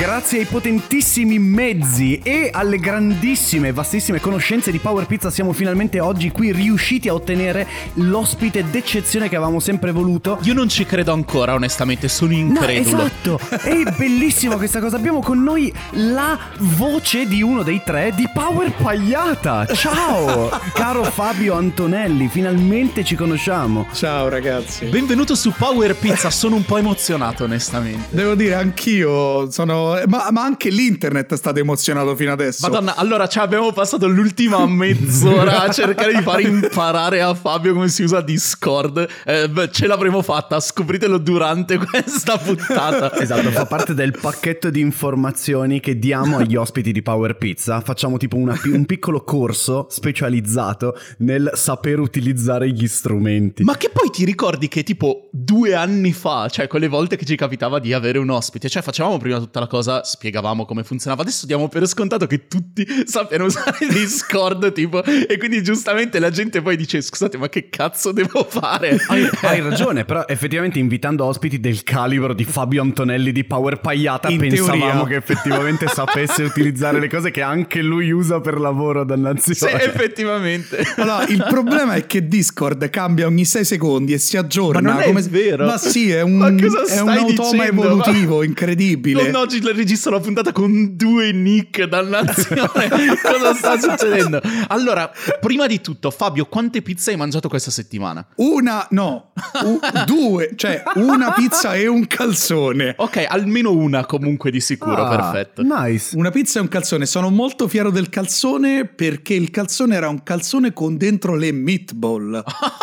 grazie ai potentissimi mezzi e alle grandissime, vastissime conoscenze di Power Pizza siamo finalmente oggi qui riusciti a ottenere l'ospite d'eccezione che avevamo sempre voluto. Io non ci credo ancora, onestamente, sono incredulo. No, esatto, è bellissima questa cosa. Abbiamo con noi la voce di uno dei tre di Power Pagliata. Ciao, caro Fabio Antonelli, finalmente ci conosciamo. Ciao ragazzi. Benvenuto su Power Pizza, sono un po' emozionato onestamente. Devo dire, anch'io sono... Ma anche l'internet è stato emozionato fino adesso. Madonna, allora abbiamo passato l'ultima mezz'ora a cercare di far imparare a Fabio come si usa Discord. Ce l'avremo fatta, scopritelo durante questa puntata. Esatto, fa parte del pacchetto di informazioni che diamo agli ospiti di Power Pizza. Facciamo tipo un piccolo corso specializzato nel saper utilizzare gli strumenti. Ma che poi ti ricordi che tipo 2 anni fa, cioè quelle volte che ci capitava di avere un ospite, cioè facevamo prima tutta la cosa, spiegavamo come funzionava, adesso diamo per scontato che tutti sappiano usare Discord tipo, e quindi giustamente la gente poi dice scusate ma che cazzo devo fare? Hai ragione, però effettivamente invitando ospiti del calibro di Fabio Antonelli di Power Pagliata in pensavamo teoria che effettivamente sapesse utilizzare le cose che anche lui usa per lavoro, dannazione. Sì, effettivamente. Allora, il problema è che Discord cambia ogni 6 secondi e si aggiorna. Ma non è vero. Ma sì, è un, Ma cosa è un stai automa dicendo? evolutivo incredibile. Non oggi registro la puntata con 2 nick, dannazione. Cosa sta succedendo? Allora, prima di tutto, Fabio, quante pizze hai mangiato questa settimana? Due, cioè una pizza e un calzone. Ok, almeno una comunque di sicuro, perfetto. Nice. Una pizza e un calzone. Sono molto fiero del calzone perché il calzone era un calzone con dentro le meatball.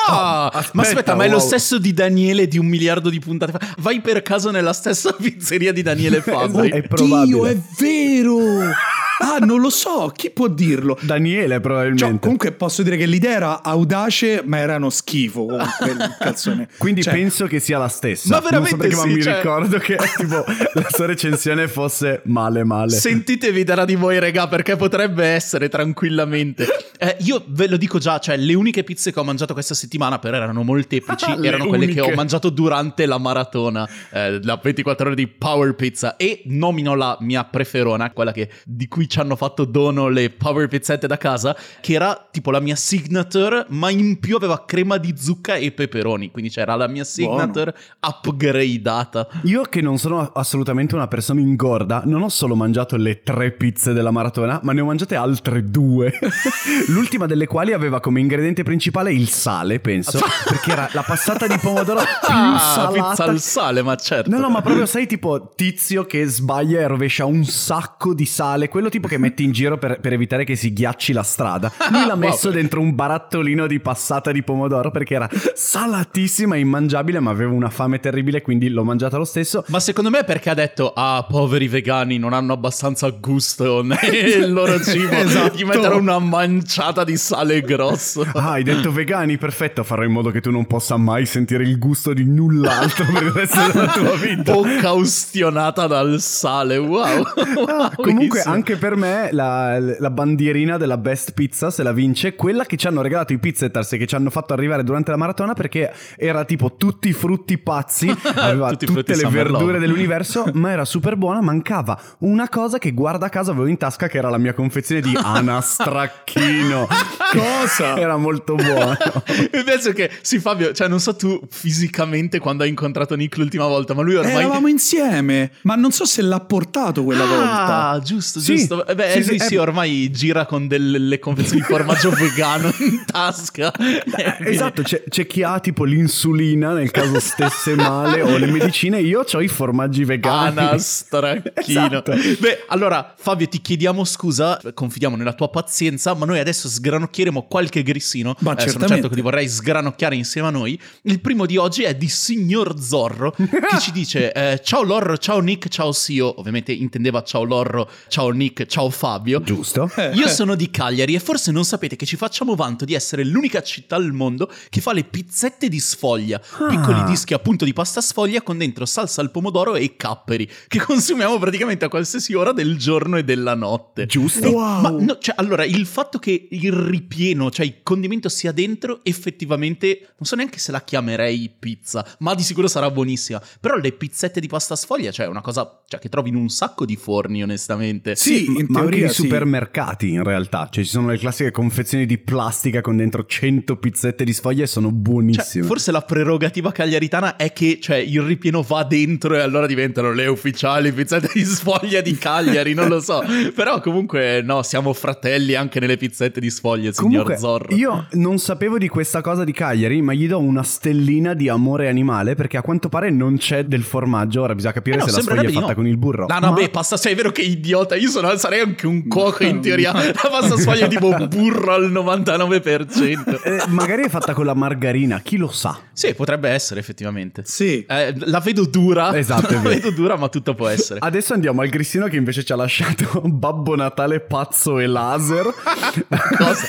Ma aspetta, ma è lo wow. stesso di Daniele di 1 miliardo di puntate fa? Vai per caso nella stessa pizzeria di Daniele Fabbri? È probabile. Dio, è vero! Ah, non lo so, chi può dirlo? Daniele probabilmente. Cioè, comunque posso dire che l'idea era audace, ma erano schifo comunque il calzone. Quindi Cioè, penso che sia la stessa. Ma veramente non so perché, sì, ma mi cioè... ricordo che tipo la sua recensione fosse male. Sentitevi darà di voi, regà, perché potrebbe essere tranquillamente. Io ve lo dico già, cioè le uniche pizze che ho mangiato questa settimana, però erano molteplici, erano quelle che ho mangiato durante la maratona, la 24 ore di Power Pizza, e nomino la mia preferona, quella di cui ci hanno fatto dono le Power Pizzette da casa, che era tipo la mia signature, ma in più aveva crema di zucca e peperoni, quindi c'era la mia signature upgradeata. Io che non sono assolutamente una persona ingorda, non ho solo mangiato le 3 pizze della maratona, ma ne ho mangiate altre 2. L'ultima delle quali aveva come ingrediente principale il sale, penso, perché era la passata di pomodoro più salata. Pizza al sale, ma certo. No, ma proprio sai tipo tizio che sbaglia e rovescia un sacco di sale, quello tipo che metti in giro per evitare che si ghiacci la strada. Lui l'ha messo dentro un barattolino di passata di pomodoro perché era salatissima e immangiabile, ma avevo una fame terribile, quindi l'ho mangiata lo stesso. Ma secondo me è perché ha detto poveri vegani non hanno abbastanza gusto nel loro cibo. Esatto. Gli metterò una manciata di sale grosso. Hai detto vegani? Perfetto, farò in modo che tu non possa mai sentire il gusto di null'altro per il resto della tua vita. Bocca ustionata dal sale, wow. Comunque anche per me la bandierina della Best Pizza se la vince quella che ci hanno regalato i Pizzetters e che ci hanno fatto arrivare durante la maratona, perché era tipo tutti i frutti pazzi, aveva Tutti i tutte frutti le Summer verdure Love. dell'universo, ma era super buona. Mancava una cosa che guarda caso avevo in tasca, che era la mia confezione di anastracchino. Cosa? Era molto buono. E penso che sì, Fabio, cioè non so tu fisicamente quando hai incontrato Nick l'ultima volta, ma lui ormai Eravamo insieme, ma non so se l'ha portato quella volta. Ah, giusto. Sì. Beh, Sì, sì, ormai gira con delle confezioni di formaggio vegano in tasca. Esatto, c'è chi ha tipo l'insulina nel caso stesse male, o le medicine. Io ho i formaggi vegani. Anastracchino. Esatto. Beh, allora Fabio, ti chiediamo scusa, confidiamo nella tua pazienza, ma noi adesso sgranocchieremo qualche grissino. Ma Sono certamente. certo che li vorrei sgranocchiare insieme a noi. Il primo di oggi è di Signor Zorro, che ci dice ciao Lorro, ciao Nick, ciao Sio. Ovviamente intendeva ciao Lorro, ciao Nick, ciao Fabio. Giusto? Io sono di Cagliari e forse non sapete che ci facciamo vanto di essere l'unica città al mondo che fa le pizzette di sfoglia, piccoli dischi appunto di pasta sfoglia con dentro salsa al pomodoro e capperi, che consumiamo praticamente a qualsiasi ora del giorno e della notte. Giusto? Wow. Ma no, cioè, allora, il fatto che che il ripieno, cioè il condimento sia dentro, effettivamente non so neanche se la chiamerei pizza, ma di sicuro sarà buonissima. Però le pizzette di pasta sfoglia, cioè è una cosa, cioè, che trovi in un sacco di forni, onestamente. Sì, in ma anche teoria i supermercati in realtà, cioè ci sono le classiche confezioni di plastica con dentro 100 pizzette di sfoglia e sono buonissime. Cioè, forse la prerogativa cagliaritana è che, cioè, il ripieno va dentro e allora diventano le ufficiali pizzette di sfoglia di Cagliari, non lo so. Però comunque no, siamo fratelli anche nelle pizzette di sfoglia, signor Comunque, Zorro. io non sapevo di questa cosa di Cagliari, ma gli do una stellina di amore animale perché a quanto pare non c'è del formaggio. Ora bisogna capire no, se la sfoglia è fatta con il burro. No, beh, pasta, cioè, è vero che idiota, io sarei anche un cuoco in teoria. La pasta sfoglia è tipo burro al 99%. Magari è fatta con la margarina, chi lo sa? Sì, potrebbe essere effettivamente. Sì. La vedo dura. Esatto, è la vero. vedo dura, ma tutto può essere. Adesso andiamo al grissino che invece ci ha lasciato Babbo Natale pazzo e laser. Cosa?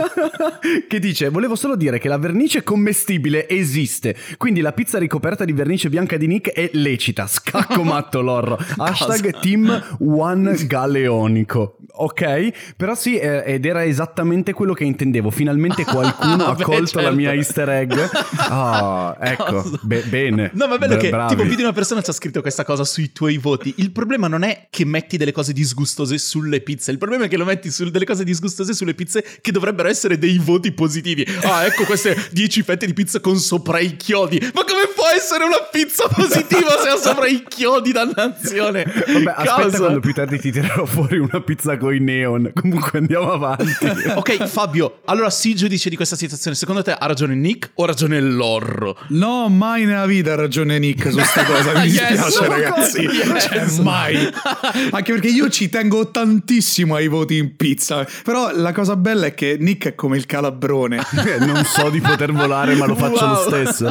Che dice: volevo solo dire che la vernice commestibile esiste, quindi la pizza ricoperta di vernice bianca di Nick è lecita. Scacco matto Lorro. Hashtag Team One Galeonico. Ok, però sì, ed era esattamente quello che intendevo. Finalmente qualcuno ha colto la mia easter egg. Ah, ecco, bene. No, ma è bello che bravi. tipo più di una persona ci ha scritto questa cosa sui tuoi voti. Il problema non è che metti delle cose disgustose sulle pizze, il problema è che lo metti su delle cose disgustose sulle pizze che dovrebbero essere dei voti positivi. Ah, ecco queste 10 fette di pizza con sopra i chiodi. Ma come può essere una pizza positiva se ha sopra i chiodi, dannazione? Vabbè, aspetta quando più tardi ti tirerò fuori una pizza con i neon. Comunque andiamo avanti. Ok, Fabio, allora sii giudice di questa situazione. Secondo te ha ragione Nick o ha ragione Lorro? No, mai nella vita ha ragione Nick su sta cosa. Mi dispiace, ragazzi. Cioè, mai. Anche perché io ci tengo tantissimo ai voti in pizza. Però la cosa bella è che Nick è come il calabrone. Non so di poter volare, ma lo faccio lo stesso.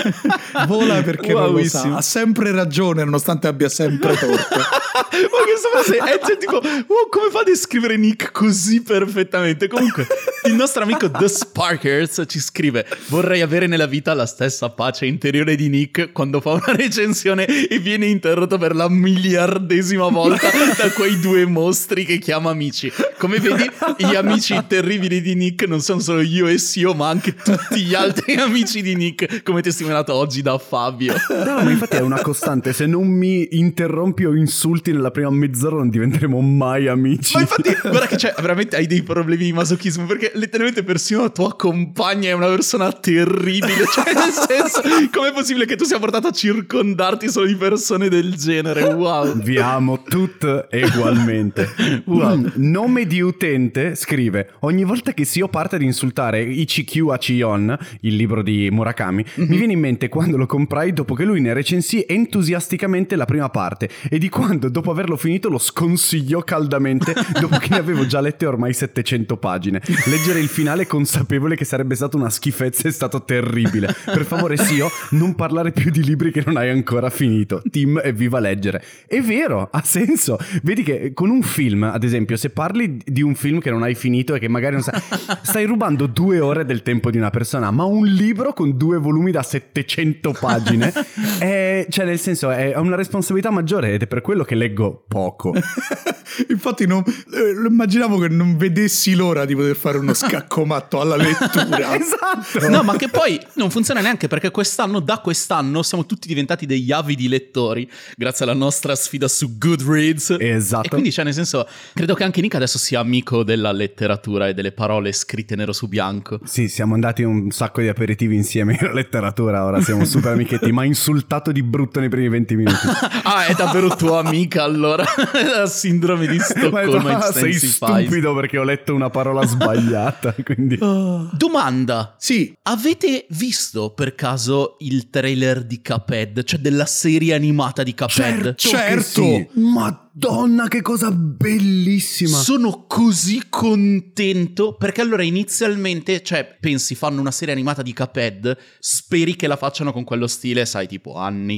Vola perché non lo sa. Ha sempre ragione, nonostante abbia sempre torto. Ma questa frase è cioè, tipo, wow, come fa a descrivere Nick così perfettamente? Comunque, il nostro amico The Sparkers ci scrive: vorrei avere nella vita la stessa pace interiore di Nick quando fa una recensione e viene interrotto per la miliardesima volta da quei due mostri che chiama amici. Come vedi, gli amici terribili di Nick non sono solo io e Sio, ma anche tutti gli altri amici di Nick, come testimoniato oggi da Fabio. No, ma infatti è una costante. Se non mi interrompi o insulti nella prima mezz'ora non diventeremo mai amici. Ma infatti, guarda che c'è, veramente hai dei problemi di masochismo, perché letteralmente persino la tua compagna è una persona terribile. Cioè, nel senso, com'è possibile che tu sia portato a circondarti solo di persone del genere? Wow. Vi amo tutte ugualmente. Wow. Nome di utente scrive: ogni volta che Sio parte ad insultare Ichikyu Achion, il libro di Murakami, mi viene in mente quando lo comprai dopo che lui ne recensì entusiasticamente la prima parte e di quando dopo averlo finito lo sconsigliò caldamente dopo che ne avevo già lette ormai 700 pagine. Leggere il finale consapevole che sarebbe stata una schifezza è stato terribile. Per favore Sio, non parlare più di libri che non hai ancora finito. Team evviva leggere. È vero, ha senso. Vedi che con un film, ad esempio, se parli di un film che non hai finito e che magari non sai, stai rubando 2 ore del tempo di una persona, ma un libro con 2 volumi da 700 pagine è, cioè nel senso è una responsabilità maggiore ed è per quello che leggo poco. Infatti lo immaginavo che non vedessi l'ora di poter fare uno scaccomatto alla lettura. Esatto. No, ma che poi non funziona neanche perché da quest'anno siamo tutti diventati degli avidi lettori grazie alla nostra sfida su Goodreads. Esatto. E quindi, cioè, nel senso, credo che anche Nick adesso sia amico della letteratura e delle parole scritte nero su bianco. Sì, siamo andati un sacco di aperitivi insieme in letteratura, ora siamo super amichetti, ma ha insultato di brutto nei primi 20 minuti. Ah, è davvero tua amica allora? La sindrome di Stoccolma sei stupido perché ho letto una parola sbagliata, quindi... Domanda. Sì. Avete visto per caso il trailer di Cuphead? Cioè della serie animata di Cuphead? Certo. che sì. Madonna, che cosa bellissima. Sono così contento perché allora inizialmente, cioè, pensi fanno una serie animata di Cuphead, speri che la facciano con quello stile, sai, tipo anni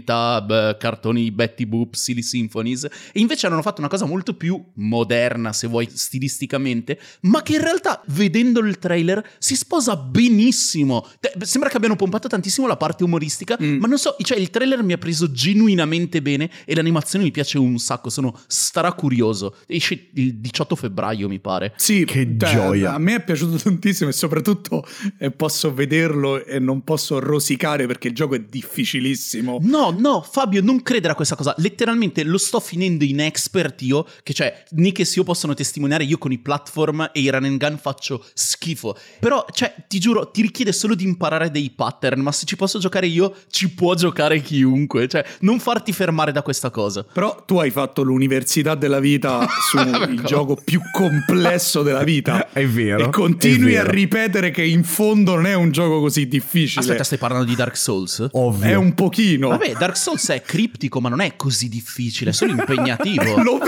30, cartoni Betty Boop, Silly Symphonies, e invece hanno fatto una cosa molto più moderna, se vuoi, stilisticamente, ma che in realtà, vedendo il trailer, si sposa benissimo. Sembra che abbiano pompato tantissimo la parte umoristica, ma non so, cioè il trailer mi ha preso genuinamente bene e l'animazione mi piace un sacco sacco, sono stracurioso. Esce il 18 febbraio mi pare. Sì, che gioia. A me è piaciuto tantissimo e soprattutto posso vederlo e non posso rosicare perché il gioco è difficilissimo. No, Fabio, non credere a questa cosa. Letteralmente lo sto finendo in expert io, che cioè Nick e Sio possono testimoniare, io con i platform e i run and gun faccio schifo. Però, cioè, ti giuro, ti richiede solo di imparare dei pattern, ma se ci posso giocare io, ci può giocare chiunque. Cioè, non farti fermare da questa cosa. Però tu hai fatto l'università della vita sul gioco più complesso della vita. È vero. E continui a ripetere che in fondo non è un gioco così difficile. Aspetta, stai parlando di Dark Souls? Ovvio. È un pochino. Vabbè, Dark Souls è criptico, ma non è così difficile, è solo impegnativo. Lo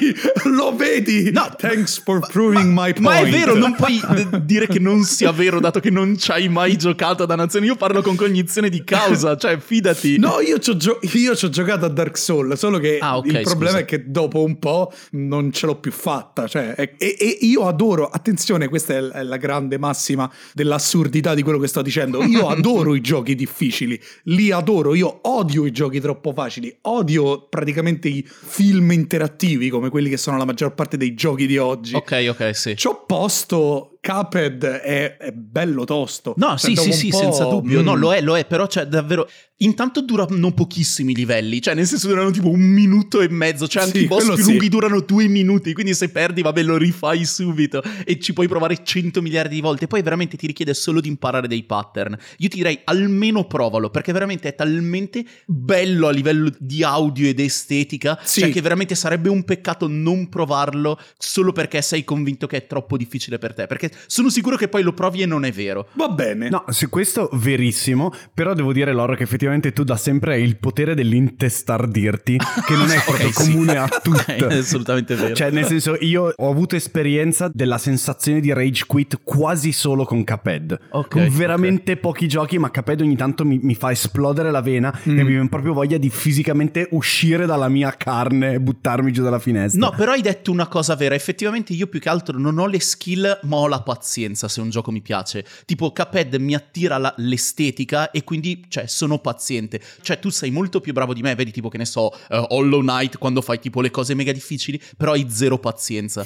vedi? No, thanks for proving my point. Ma è vero, non puoi dire che non sia vero, dato che non ci hai mai giocato da nazione. Io parlo con cognizione di causa, cioè fidati. No, io ci ho giocato a Dark Souls, solo che il problema è che dopo un po' non ce l'ho più fatta. Cioè, e io adoro, attenzione, questa è la grande massima dell'assurdità di quello che sto dicendo. Io adoro i giochi difficili, li adoro. Io odio i giochi troppo facili, odio praticamente i film interattivi come quelli che sono la maggior parte dei giochi di oggi. Ok, sì. C'ho posto. Cuphead è bello tosto. No, cioè, sì, senza dubbio. No, lo è, però cioè davvero. Intanto durano pochissimi livelli, cioè nel senso durano tipo 1 minuto e mezzo, cioè anche i boss più lunghi durano 2 minuti, quindi se perdi vabbè lo rifai subito e ci puoi provare 100 miliardi di volte. Poi veramente ti richiede solo di imparare dei pattern. Io ti direi almeno provalo, perché veramente è talmente bello a livello di audio ed estetica, cioè che veramente sarebbe un peccato non provarlo solo perché sei convinto che è troppo difficile per te, perché sono sicuro che poi lo provi e non è vero. Va bene. No, su questo verissimo, però devo dire Loro che effettivamente tu da sempre hai il potere dell'intestardirti, che non è proprio comune a tutti. È assolutamente vero. Cioè nel senso, io ho avuto esperienza della sensazione di rage quit quasi solo con Cuphead, con veramente pochi giochi, ma Cuphead ogni tanto mi fa esplodere la vena e mi viene proprio voglia di fisicamente uscire dalla mia carne e buttarmi giù dalla finestra. No, però hai detto una cosa vera, effettivamente io più che altro non ho le skill ma ho la pazienza se un gioco mi piace. Tipo Cuphead mi attira l'estetica e quindi cioè sono paziente. Cioè tu sei molto più bravo di me, vedi tipo che ne so Hollow Knight quando fai tipo le cose mega difficili, però hai zero pazienza.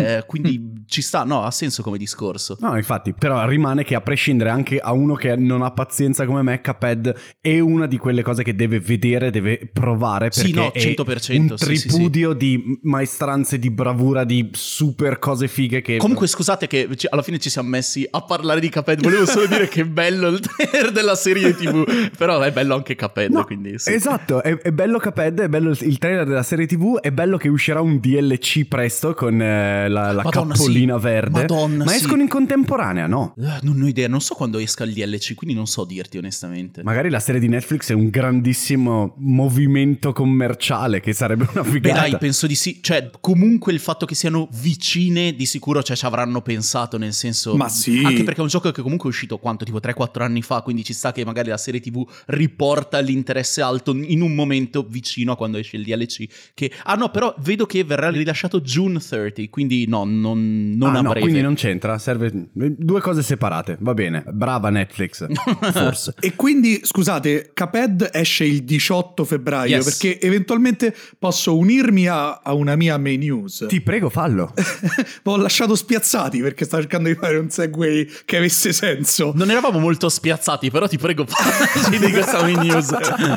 Quindi ci sta, no, ha senso come discorso. No, infatti, però rimane che a prescindere anche a uno che non ha pazienza come me, Cuphead è una di quelle cose che deve vedere, deve provare, perché sì, no, 100%, è un tripudio di maestranze, di bravura, di super cose fighe che... Comunque scusate che alla fine ci siamo messi a parlare di Cuphead, volevo solo dire che è bello il trailer della serie TV, però è bello anche Cuphead, no, quindi sì. Esatto, è bello Cuphead, è bello il trailer della serie TV, è bello che uscirà un DLC presto con la cappolina verde. Madonna, ma escono in contemporanea, no? Non ho idea, non so quando esca il DLC, quindi non so dirti onestamente. Magari la serie di Netflix è un grandissimo movimento commerciale, che sarebbe una figata. Beh dai, penso di sì, cioè comunque il fatto che siano vicine di sicuro cioè ci avranno pensato, nel senso... Ma sì. Anche perché è un gioco che comunque è uscito quanto, tipo 3-4 anni fa, quindi ci sta che magari la serie TV riporta l'interesse alto in un momento vicino a quando esce il DLC che... Ah no, però vedo che verrà rilasciato June 30, quindi no, non a breve. Quindi non c'entra, serve 2 cose separate, va bene, brava Netflix, forse. E quindi, scusate, Cuphead esce il 18 febbraio, perché eventualmente posso unirmi a una mia main news. Ti prego, fallo. Ho lasciato spiazzati perché stavo cercando di fare un segue che avesse senso. Non eravamo molto spiazzati, però ti prego, parlaci di questa main news.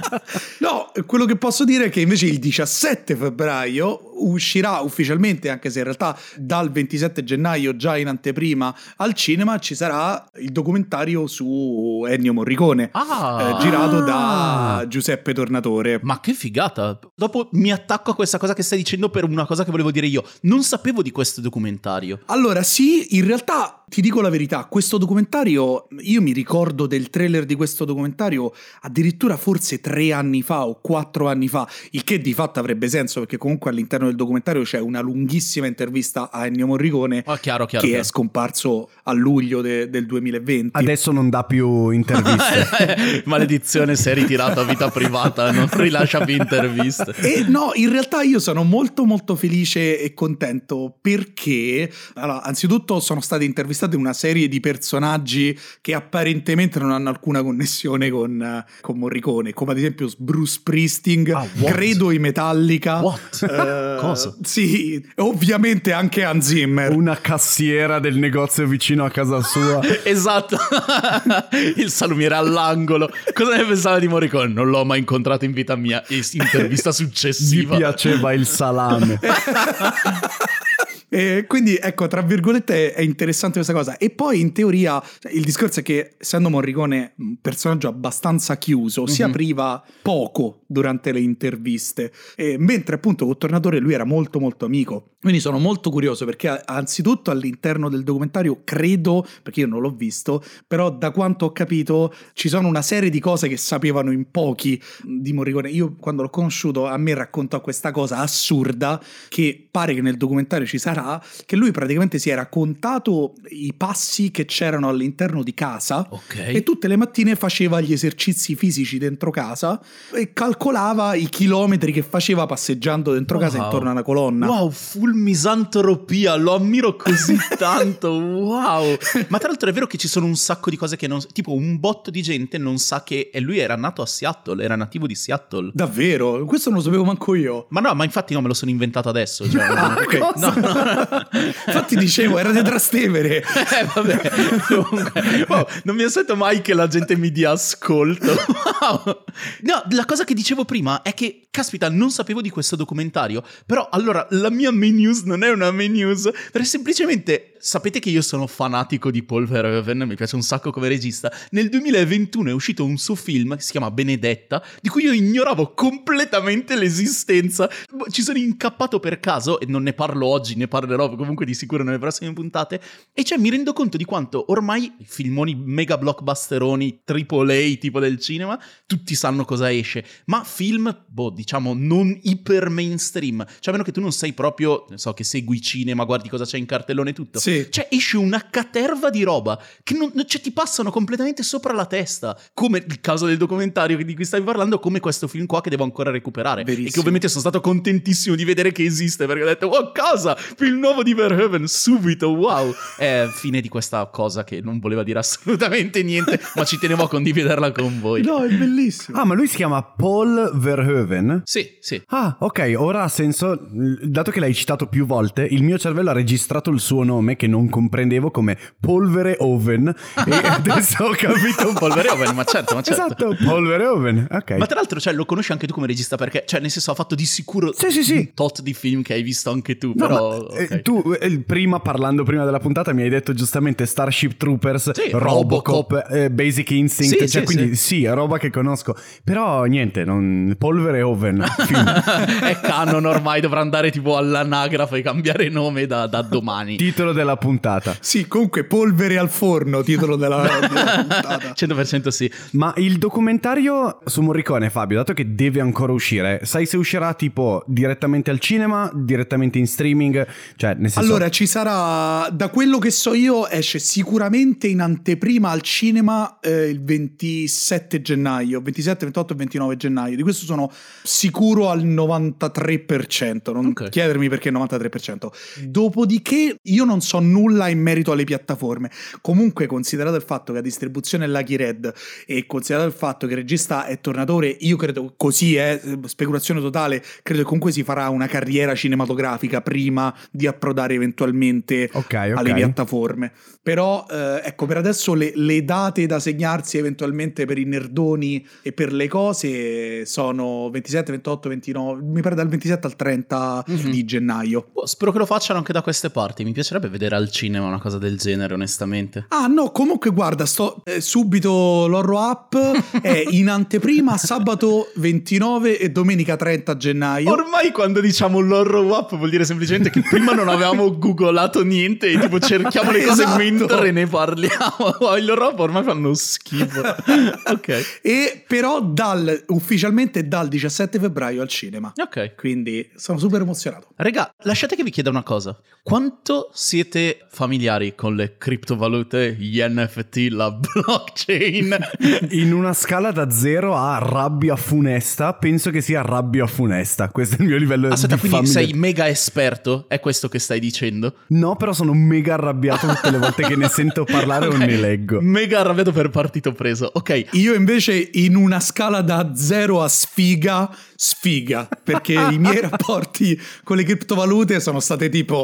No, quello che posso dire è che invece il 17 febbraio uscirà ufficialmente, anche se in realtà dal 27 gennaio già in anteprima al cinema ci sarà il documentario su Ennio Morricone, girato da Giuseppe Tornatore. Ma che figata! Dopo mi attacco a questa cosa che stai dicendo per una cosa che volevo dire io. Non sapevo di questo documentario. Allora sì, in realtà ti dico la verità, questo documentario, io mi ricordo del trailer di questo documentario addirittura forse 3 anni fa o 4 anni fa, il che di fatto avrebbe senso perché comunque all'interno del documentario c'è una lunghissima intervista a Ennio Morricone che è scomparso a luglio del 2020. Adesso non dà più interviste. Maledizione, si è ritirato a vita privata, non rilascia più interviste. E no, in realtà io sono molto molto felice e contento perché allora, anzitutto sono state intervistate intervistate una serie di personaggi che apparentemente non hanno alcuna connessione con Morricone, come ad esempio Bruce Springsteen, credo i Metallica. Cosa? Sì, ovviamente anche Hans Zimmer. Una cassiera del negozio vicino a casa sua. Esatto. Il salumiere all'angolo. Cosa ne pensava di Morricone? Non l'ho mai incontrato in vita mia. Intervista successiva. Gli piaceva il salame. Quindi ecco, tra virgolette è interessante questa cosa. E poi in teoria il discorso è che, essendo Morricone un personaggio abbastanza chiuso, si apriva poco durante le interviste, mentre appunto con Tornatore lui era molto molto amico. Quindi sono molto curioso perché anzitutto all'interno del documentario, credo, perché io non l'ho visto, però da quanto ho capito ci sono una serie di cose che sapevano in pochi di Morricone. Io quando l'ho conosciuto a me raccontò questa cosa assurda, che pare che nel documentario ci sarà, che lui praticamente si era contato i passi che c'erano all'interno di casa, e tutte le mattine faceva gli esercizi fisici dentro casa e calcolava i chilometri che faceva passeggiando dentro casa intorno a una colonna. Wow, full misantropia, lo ammiro così tanto, wow. Ma tra l'altro è vero che ci sono un sacco di cose che non... tipo un botto di gente non sa che lui era nato a Seattle, era nativo di Seattle. Davvero? Questo non lo sapevo manco io. Ma no, ma infatti no, me lo sono inventato adesso, cioè, no. Infatti dicevo, era di Trastevere. Vabbè. Wow, non mi aspetto mai che la gente mi dia ascolto. Wow. No, la cosa che dicevo prima è che, caspita, non sapevo di questo documentario. Però allora la mia main news non è una main news, perché semplicemente sapete che io sono fanatico di Paul Verhoeven, mi piace un sacco come regista. Nel 2021 è uscito un suo film che si chiama Benedetta, di cui io ignoravo completamente l'esistenza. Ci sono incappato per caso e non ne parlo oggi, ne parlerò comunque di sicuro nelle prossime puntate, e cioè mi rendo conto di quanto ormai i filmoni mega blockbusteroni AAA tipo del cinema tutti sanno cosa esce, ma film diciamo non iper mainstream, cioè a meno che tu non sei proprio, non so, che segui cinema, guardi cosa c'è in cartellone e tutto, sì. Cioè esce una caterva di roba che cioè, ti passano completamente sopra la testa, come il caso del documentario di cui stavi parlando, come questo film qua che devo ancora recuperare. Verissimo. E che ovviamente sono stato contentissimo di vedere che esiste, perché ho detto oh cosa, film nuovo di Verhoeven subito, wow. Fine di questa cosa che non voleva dire assolutamente niente, ma ci tenevo a condividerla con voi. No, è bellissimo. Ah, ma lui si chiama Paul Verhoeven? Sì, sì. Ah, ok, ora ha senso. Dato che l'hai citato più volte, il mio cervello ha registrato il suo nome, che non comprendevo, come Polvere Oven, e adesso ho capito. Polvere Oven, ma certo. Esatto, Polvere Oven, ok. Ma tra l'altro, cioè, lo conosci anche tu come regista, perché, cioè, nel senso, ha fatto di sicuro sì. un tot di film che hai visto anche tu, No, però... ma, okay. tu parlando prima della puntata mi hai detto giustamente Starship Troopers, sì, Robocop, Basic Instinct, sì, quindi sì, è roba che conosco, però niente, Polvere Oven è canon ormai, dovrà andare tipo all'anagrafe e cambiare nome da domani. Titolo della puntata. Sì, comunque Polvere al forno, titolo della puntata. 100% sì. Ma il documentario su Morricone, Fabio, dato che deve ancora uscire, sai se uscirà tipo direttamente al cinema, direttamente in streaming? Cioè, nel senso... Allora, ci sarà, da quello che so io, esce sicuramente in anteprima al cinema il 27 gennaio, 27, 28 e 29 gennaio. Di questo sono sicuro al 93%, non chiedermi perché il 93%. Dopodiché io non so nulla in merito alle piattaforme. Comunque, considerato il fatto che la distribuzione è Lucky Red e considerato il fatto che il regista è Tornatore, io credo, così è speculazione totale, credo che comunque si farà una carriera cinematografica prima di approdare eventualmente alle piattaforme. Però ecco, per adesso le date da segnarsi eventualmente per i nerdoni e per le cose sono 27, 28, 29, mi pare dal 27 al 30 di gennaio. Spero che lo facciano anche da queste parti. Mi piacerebbe vedere al cinema una cosa del genere, onestamente. Ah no, comunque guarda, sto subito l'Horror App è in anteprima sabato 29 e domenica 30 gennaio. Ormai quando diciamo l'Horror App vuol dire semplicemente che prima non avevamo googolato niente e tipo cerchiamo le cose mentre ne parliamo. Il L'Horror App ormai fanno schifo. Ok. E però ufficialmente dal 17 febbraio al cinema. Ok. Quindi sono super emozionato. Raga, lasciate che vi chieda una cosa. Quanto siete familiari con le criptovalute, gli NFT, la blockchain? In una scala da 0 a rabbia funesta, penso che sia rabbia funesta. Questo è il mio livello di Aspetta, quindi famiglia. sei mega esperto? È questo che stai dicendo? No, però sono mega arrabbiato tutte le volte che ne sento parlare o ne leggo. Mega arrabbiato per partito preso. Ok. Io invece in una scala da 0 a sfiga, perché i miei rapporti con le criptovalute sono state tipo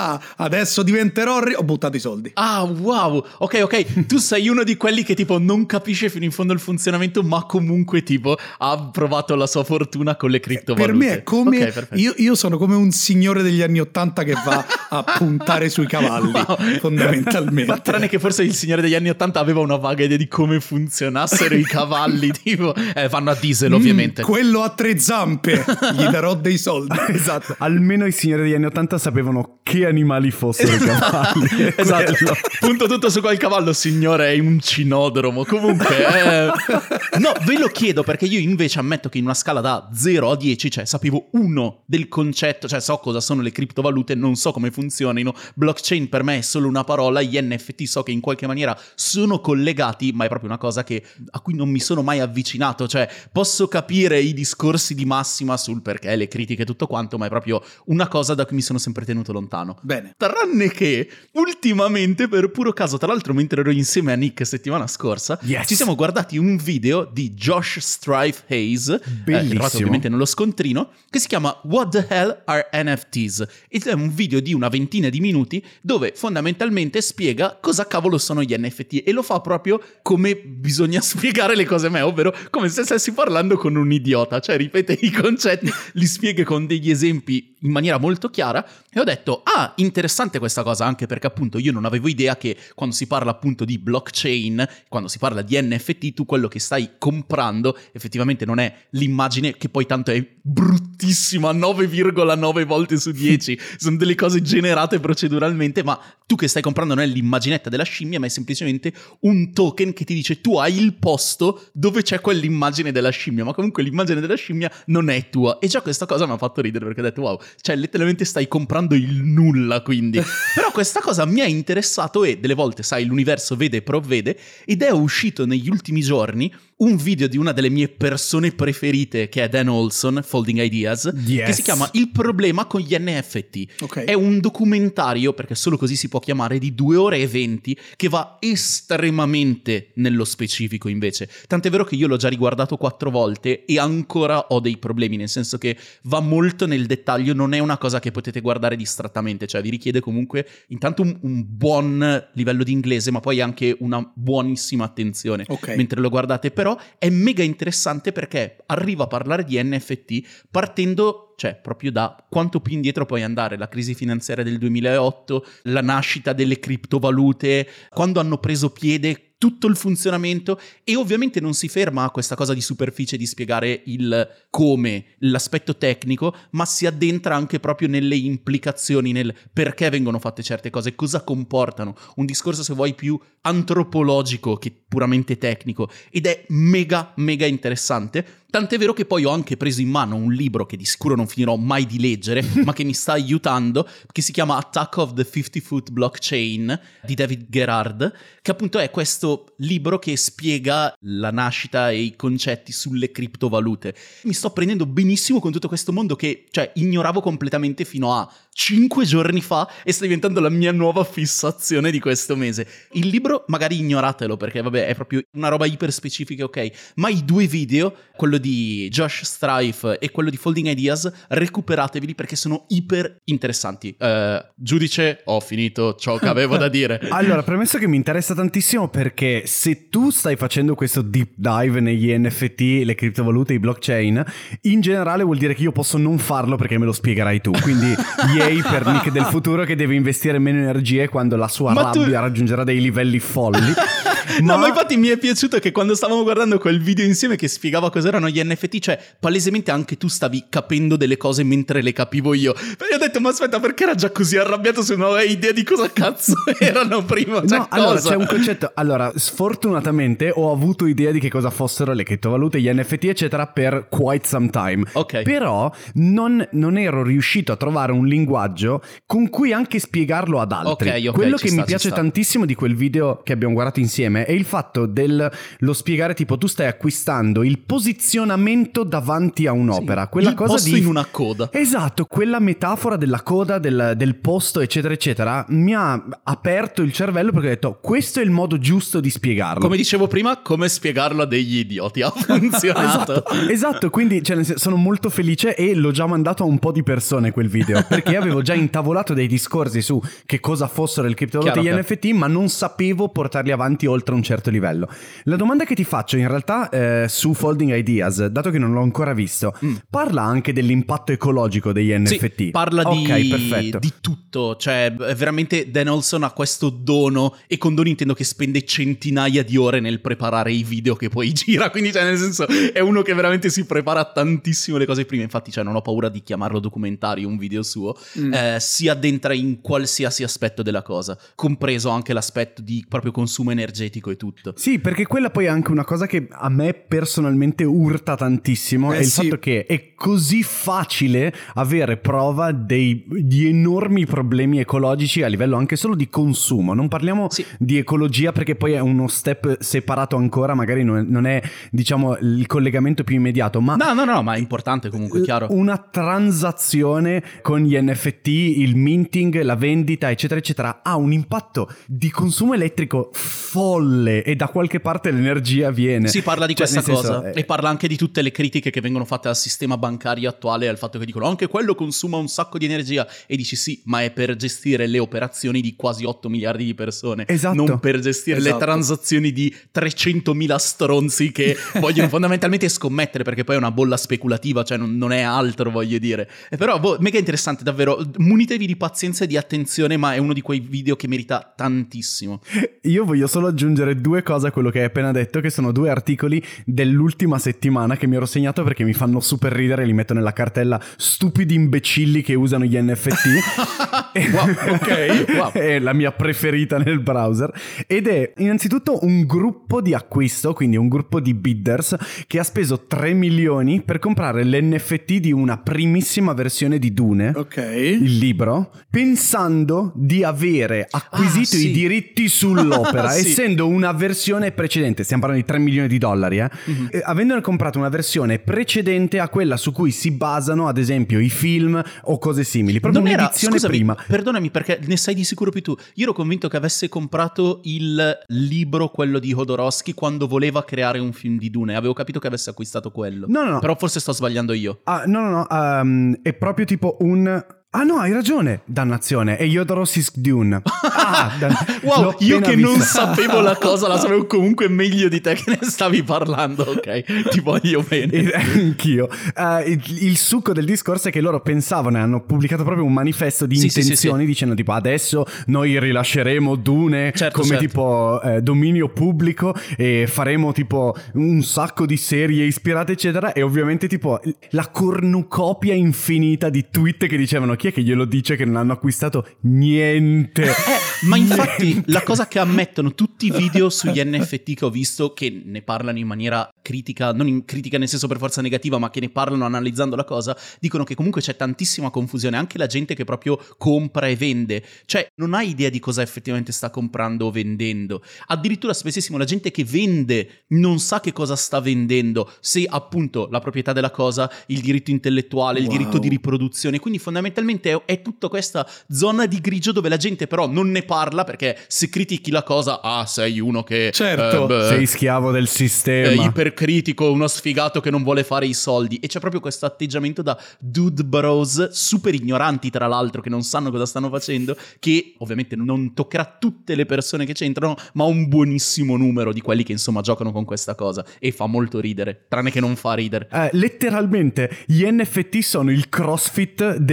adesso diventerò ho buttato i soldi. Ah, wow. Ok. Tu sei uno di quelli che tipo non capisce fino in fondo il funzionamento, ma comunque tipo ha provato la sua fortuna con le criptovalute. Per me è come Okay, io sono come un signore degli anni *80 che va a puntare sui cavalli, fondamentalmente. Ma tranne che forse il signore degli anni '80 aveva una vaga idea di come funzionassero i cavalli, tipo vanno a diesel ovviamente. Quello a 3 zampe, gli darò dei soldi. Esatto. Almeno i signori degli anni 80 sapevano che animali fossero i cavalli. Esatto. Punto tutto su quel cavallo, signore, è un cinodromo. Comunque no, ve lo chiedo perché io invece ammetto che in una scala da 0 a 10, cioè sapevo 1 del concetto, cioè so cosa sono le criptovalute, non so come funzionino. Blockchain per me è solo una parola, gli NFT so che in qualche maniera sono collegati, ma è proprio una cosa a cui non mi sono mai avvicinato. Cioè posso capire i discorsi di massima sul perché, le critiche e tutto quanto, ma è proprio una cosa da cui mi sono sempre tenuto lontano. Bene. Tranne che ultimamente, per puro caso, tra l'altro mentre ero insieme a Nick settimana scorsa, ci siamo guardati un video di Josh Strife Hayes, trovato ovviamente nello scontrino, che si chiama What the Hell Are NFTs? Ed è un video di una ventina di minuti dove fondamentalmente spiega cosa cavolo sono gli NFT, e lo fa proprio come bisogna spiegare le cose a me, ovvero come se stessi parlando con un idiota, cioè ripete i concetti, li spiega con degli esempi in maniera molto chiara, e ho detto interessante questa cosa, anche perché appunto io non avevo idea che quando si parla appunto di blockchain, quando si parla di NFT, tu quello che stai comprando effettivamente non è l'immagine, che poi tanto è bruttissima 9,9 volte su 10 sono delle cose generate proceduralmente, ma tu che stai comprando non è l'immaginetta della scimmia, ma è semplicemente un token che ti dice tu hai il posto dove c'è quell'immagine della scimmia, ma comunque l'immagine della scimmia non è tua. E già questa cosa mi ha fatto ridere, perché ho detto wow, cioè letteralmente stai comprando il nulla, quindi. Però questa cosa mi ha interessato, e delle volte sai l'universo vede e provvede, ed è uscito negli ultimi giorni un video di una delle mie persone preferite, che è Dan Olson, Folding Ideas, che si chiama Il problema con gli NFT. Okay. È un documentario, perché solo così si può chiamare, di 2 ore e 20, che va estremamente nello specifico invece. Tant'è vero che io l'ho già riguardato 4 volte e ancora ho dei problemi, nel senso che va molto nel dettaglio, non è una cosa che potete guardare distrattamente, cioè vi richiede comunque intanto un buon livello di inglese, ma poi anche una buonissima attenzione mentre lo guardate. Però è mega interessante perché arriva a parlare di NFT partendo, cioè proprio da quanto più indietro puoi andare, la crisi finanziaria del 2008, la nascita delle criptovalute, quando hanno preso piede tutto il funzionamento, e ovviamente non si ferma a questa cosa di superficie di spiegare il come, l'aspetto tecnico, ma si addentra anche proprio nelle implicazioni, nel perché vengono fatte certe cose, cosa comportano, un discorso se vuoi più antropologico che puramente tecnico, ed è mega interessante. Tant'è vero che poi ho anche preso in mano un libro che di sicuro non finirò mai di leggere, ma che mi sta aiutando, che si chiama Attack of the 50-Foot Blockchain di David Gerard, che appunto è questo libro che spiega la nascita e i concetti sulle criptovalute. Mi sto prendendo benissimo con tutto questo mondo che, cioè, ignoravo completamente fino a 5 giorni fa, e sta diventando la mia nuova fissazione di questo mese. Il libro magari ignoratelo, perché vabbè è proprio una roba iper specifica, ok, ma i 2 video, quello di Josh Strife e quello di Folding Ideas, recuperateveli perché sono iper interessanti. Giudice, ho finito ciò che avevo da dire. Allora, premesso che mi interessa tantissimo, perché se tu stai facendo questo deep dive negli NFT, le criptovalute, i blockchain, in generale vuol dire che io posso non farlo perché me lo spiegherai tu, quindi yay per Nick del futuro, che deve investire meno energie quando la sua rabbia raggiungerà dei livelli folli. No, ma infatti mi è piaciuto che quando stavamo guardando quel video insieme che spiegava cos'erano gli NFT, cioè palesemente anche tu stavi capendo delle cose mentre le capivo io. E io ho detto, ma aspetta, perché era già così arrabbiato se non avevi idea di cosa cazzo erano prima? Cioè, no, allora c'è un concetto. Allora, sfortunatamente ho avuto idea di che cosa fossero le criptovalute, gli NFT, eccetera, per quite some time. Ok. Però non ero riuscito a trovare un linguaggio con cui anche spiegarlo ad altri. Ok, Quello ci che sta, mi piace ci sta. tantissimo di quel video che abbiamo guardato insieme è il fatto lo spiegare, tipo, tu stai acquistando il posizionamento davanti a un'opera, quella il cosa posto in una coda. Esatto, quella metafora della coda, del posto, eccetera, eccetera, mi ha aperto il cervello perché ho detto, questo è il modo giusto di spiegarlo. Come dicevo prima, come spiegarlo a degli idioti, ha funzionato. Esatto, quindi sono molto felice e l'ho già mandato a un po' di persone quel video, perché avevo già intavolato dei discorsi su che cosa fossero le criptovalute e gli NFT, ma non sapevo portarli avanti oltre un certo livello. La domanda che ti faccio in realtà su Folding Ideas, dato che non l'ho ancora visto, parla anche dell'impatto ecologico degli NFT. Sì, parla di tutto, cioè veramente Dan Olson ha questo dono, e con dono intendo che spende centinaia di ore nel preparare i video che poi gira, quindi cioè nel senso è uno che veramente si prepara tantissimo le cose prima, infatti cioè non ho paura di chiamarlo documentario un video suo, si addentra in qualsiasi aspetto della cosa, compreso anche l'aspetto di proprio consumo energetico e tutto. Sì, perché quella poi è anche una cosa che a me personalmente urta tantissimo, è il fatto che è così facile avere prova di enormi problemi ecologici a livello anche solo di consumo. Non parliamo di ecologia perché poi è uno step separato ancora, magari non è diciamo il collegamento più immediato, ma no, ma è importante comunque, chiaro. Una transazione con gli NFT, il minting, la vendita, eccetera eccetera, ha un impatto di consumo elettrico folle, e da qualche parte l'energia viene. Si parla di questa cosa, senso, e parla anche di tutte le critiche che vengono fatte al sistema bancario attuale, al fatto che dicono anche quello consuma un sacco di energia, e dici sì, ma è per gestire le operazioni di quasi 8 miliardi di persone, non per gestire le transazioni di 300.000 stronzi che vogliono fondamentalmente scommettere, perché poi è una bolla speculativa, cioè non è altro, voglio dire. E però mega interessante, davvero, munitevi di pazienza e di attenzione, ma è uno di quei video che merita tantissimo. Io voglio solo aggiungere due cose a quello che hai appena detto, che sono due articoli dell'ultima settimana che mi ero segnato perché mi fanno super ridere, li metto nella cartella stupidi imbecilli che usano gli NFT. Wow. È la mia preferita nel browser, ed è innanzitutto un gruppo di acquisto, quindi un gruppo di bidders che ha speso 3 milioni per comprare l'NFT di una primissima versione di Dune, il libro, pensando di avere acquisito i diritti sull'opera, essendo una versione precedente, stiamo parlando di 3 milioni di dollari, avendone comprato una versione precedente a quella su cui si basano ad esempio i film o cose simili, proprio un'edizione prima. Perdonami, perché ne sai di sicuro più tu. Io ero convinto che avesse comprato il libro, quello di Jodorowsky, quando voleva creare un film di Dune. Avevo capito che avesse acquistato quello. No. Però forse sto sbagliando io. No. È proprio tipo un... Ah no, hai ragione, dannazione, è Jodorowsky's Dune. Wow, io che non sapevo la cosa, la sapevo comunque meglio di te che ne stavi parlando, ok? Ti voglio bene. Anch'io. Il succo del discorso è che loro pensavano e hanno pubblicato proprio un manifesto di intenzioni dicendo tipo adesso noi rilasceremo Dune come tipo dominio pubblico e faremo tipo un sacco di serie ispirate eccetera, e ovviamente tipo la cornucopia infinita di tweet che dicevano chi è che glielo dice che non hanno acquistato niente. Ma infatti la cosa che ammettono tutti i video sugli NFT che ho visto, che ne parlano in maniera critica, non in critica nel senso per forza negativa, ma che ne parlano analizzando la cosa, dicono che comunque c'è tantissima confusione, anche la gente che proprio compra e vende, cioè non ha idea di cosa effettivamente sta comprando o vendendo. Addirittura spessissimo la gente che vende non sa che cosa sta vendendo, se appunto la proprietà della cosa, il diritto intellettuale, il diritto di riproduzione, quindi fondamentalmente è tutta questa zona di grigio dove la gente però non ne parla, perché se critichi la cosa, sei uno che sei schiavo del sistema, ipercritico, uno sfigato che non vuole fare i soldi, e c'è proprio questo atteggiamento da dude bros super ignoranti tra l'altro, che non sanno cosa stanno facendo, che ovviamente non toccherà tutte le persone che c'entrano, ma un buonissimo numero di quelli che insomma giocano con questa cosa, e fa molto ridere, tranne che non fa ridere. Letteralmente gli NFT sono il CrossFit della finanza.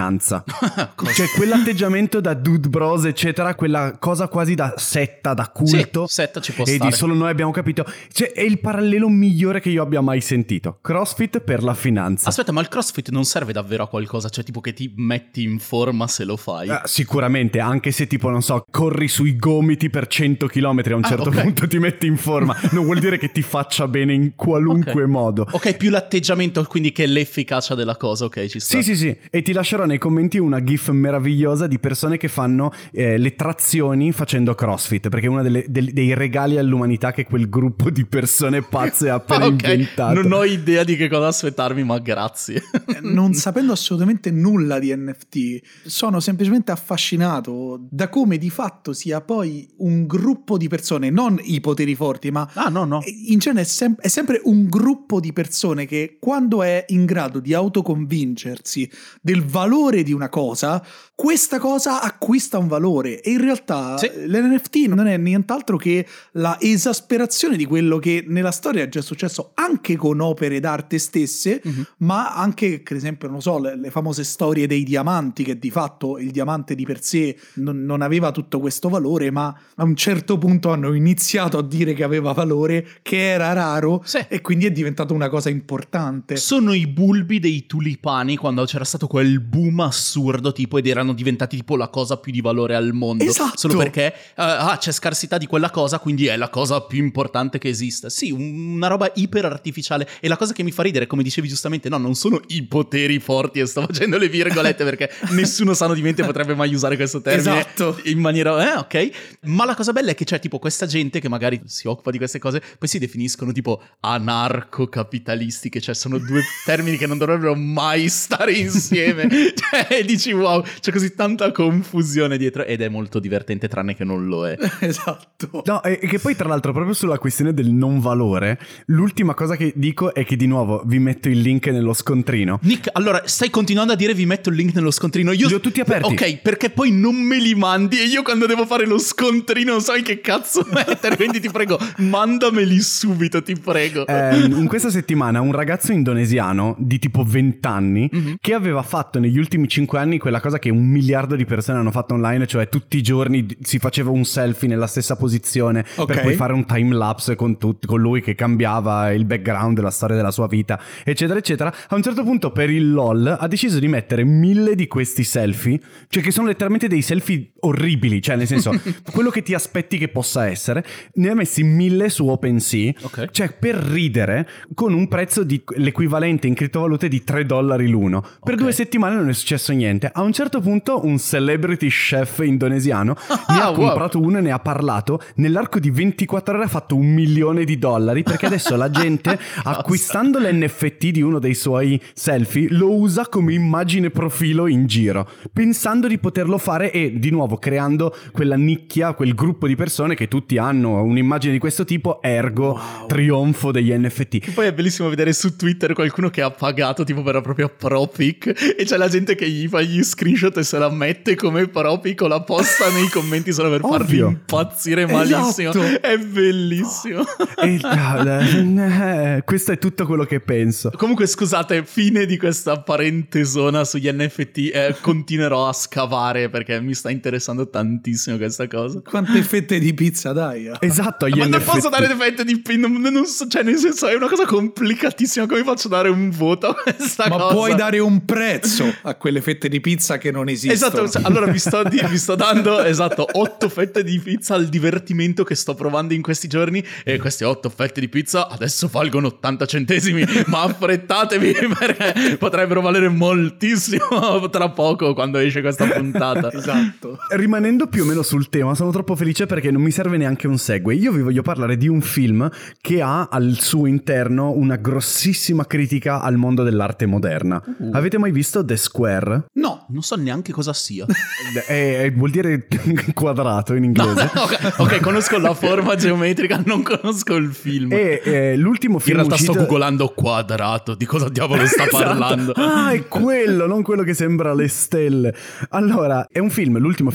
finanza. Cioè quell'atteggiamento da dude bros eccetera, quella cosa quasi da setta, da culto. Sì, setta ci può e stare. di solo noi abbiamo capito. Cioè è il parallelo migliore che io abbia mai sentito. CrossFit per la finanza. Aspetta, ma il CrossFit non serve davvero a qualcosa? Cioè tipo che ti metti in forma se lo fai? Sicuramente, anche se tipo non so, corri sui gomiti per 100 km a un certo punto ti metti in forma. Non vuol dire che ti faccia bene in qualunque modo. Ok, più l'atteggiamento quindi che l'efficacia della cosa, ok, ci sta. Sì, e ti lascerò nei commenti una gif meravigliosa di persone che fanno le trazioni facendo CrossFit, perché è uno dei regali all'umanità che quel gruppo di persone pazze ha appena inventato. Non ho idea di che cosa aspettarmi, ma grazie. Non sapendo assolutamente nulla di NFT, sono semplicemente affascinato da come di fatto sia poi un gruppo di persone, non i poteri forti, ma no. in genere è sempre un gruppo di persone che quando è in grado di autoconvincersi del valore di una cosa, questa cosa acquista un valore. E in realtà l'NFT non è nient'altro che la esasperazione di quello che nella storia è già successo anche con opere d'arte stesse, ma anche, per esempio, non so, le famose storie dei diamanti, che di fatto il diamante di per sé non aveva tutto questo valore, ma a un certo punto hanno iniziato a dire che aveva valore, che era raro, e quindi è diventato una cosa importante. Sono i bulbi dei tulipani quando c'era stato quel boom assurdo tipo ed erano diventati tipo la cosa più di valore al mondo. Esatto. Solo perché c'è scarsità di quella cosa, quindi è la cosa più importante che esista. Sì, una roba iper artificiale. E la cosa che mi fa ridere, come dicevi giustamente, no, non sono i poteri forti, e sto facendo le virgolette perché nessuno sano di mente potrebbe mai usare questo termine in maniera ok. Ma la cosa bella è che c'è tipo questa gente che magari si occupa di queste cose, poi si definiscono tipo anarcocapitalisti, che cioè sono due termini che non dovrebbero mai stare insieme. Cioè dici wow, c'è così tanta confusione dietro ed è molto divertente, tranne che non lo è. Esatto. No, e che poi tra l'altro proprio sulla questione del non valore, l'ultima cosa che dico è che di nuovo vi metto il link nello scontrino. Nick, allora stai continuando a dire vi metto il link nello scontrino. Io li ho tutti aperti. Ok, perché poi non me li mandi e io quando devo fare lo scontrino non so che cazzo mettere, quindi ti prego mandameli subito, ti prego. In questa settimana un ragazzo indonesiano di tipo 20 anni che aveva fatto negli ultimi 5 anni quella cosa che 1 miliardo di persone hanno fatto online, cioè tutti i giorni si faceva un selfie nella stessa posizione per poi fare un time lapse con lui che cambiava il background, la storia della sua vita, eccetera eccetera. A un certo punto per il LOL ha deciso di mettere 1000 di questi selfie, cioè che sono letteralmente dei selfie orribili, cioè nel senso quello che ti aspetti che possa essere. Ne ha messi 1000 su OpenSea, cioè per ridere, con un prezzo di l'equivalente in criptovalute di $3 l'uno. Per 2 settimane non è successo niente. A un certo punto un celebrity chef indonesiano ne ha comprato uno e ne ha parlato. Nell'arco di 24 ore ha fatto $1 milione perché adesso la gente acquistando l'NFT di uno dei suoi selfie lo usa come immagine profilo in giro, pensando di poterlo fare e di nuovo creando quella nicchia, quel gruppo di persone che tutti hanno un'immagine di questo tipo, ergo trionfo degli NFT. E poi è bellissimo vedere su Twitter qualcuno che ha pagato tipo per la propria Propic e c'è la gente che gli fa gli screenshot e se la mette come Propic o la posta nei commenti solo per farli impazzire malissimo. È bellissimo. Questo è tutto quello che penso. Comunque scusate, fine di questa parentesona sugli NFT. Continuerò a scavare perché mi sta interessando tantissimo questa cosa. Quante fette di pizza dai? Esatto, agli ma NFT. non posso dare fette di pizza, non so, cioè nel senso è una cosa complicatissima. Come faccio a dare un voto a questa cosa? Ma puoi dare un prezzo a quelle fette di pizza che non esistono. Esatto, allora vi sto dando 8 fette di pizza al divertimento che sto provando in questi giorni, e queste 8 fette di pizza adesso valgono 80 centesimi, ma affrettatevi perché potrebbero valere moltissimo tra poco quando esce questa puntata. Esatto. Rimanendo più o meno sul tema, sono troppo felice perché non mi serve neanche un segue. Io vi voglio parlare di un film che ha al suo interno una grossissima critica al mondo dell'arte moderna. Avete mai visto The Square? No, non so neanche cosa sia. Vuol dire quadrato in inglese. Ok, conosco la forma geometrica, non conosco il film. L'ultimo film in realtà uscito... sto googolando quadrato, di cosa diavolo sta parlando? Ah, è quello, non quello che sembra le stelle. Allora, è un film, l'ultimo film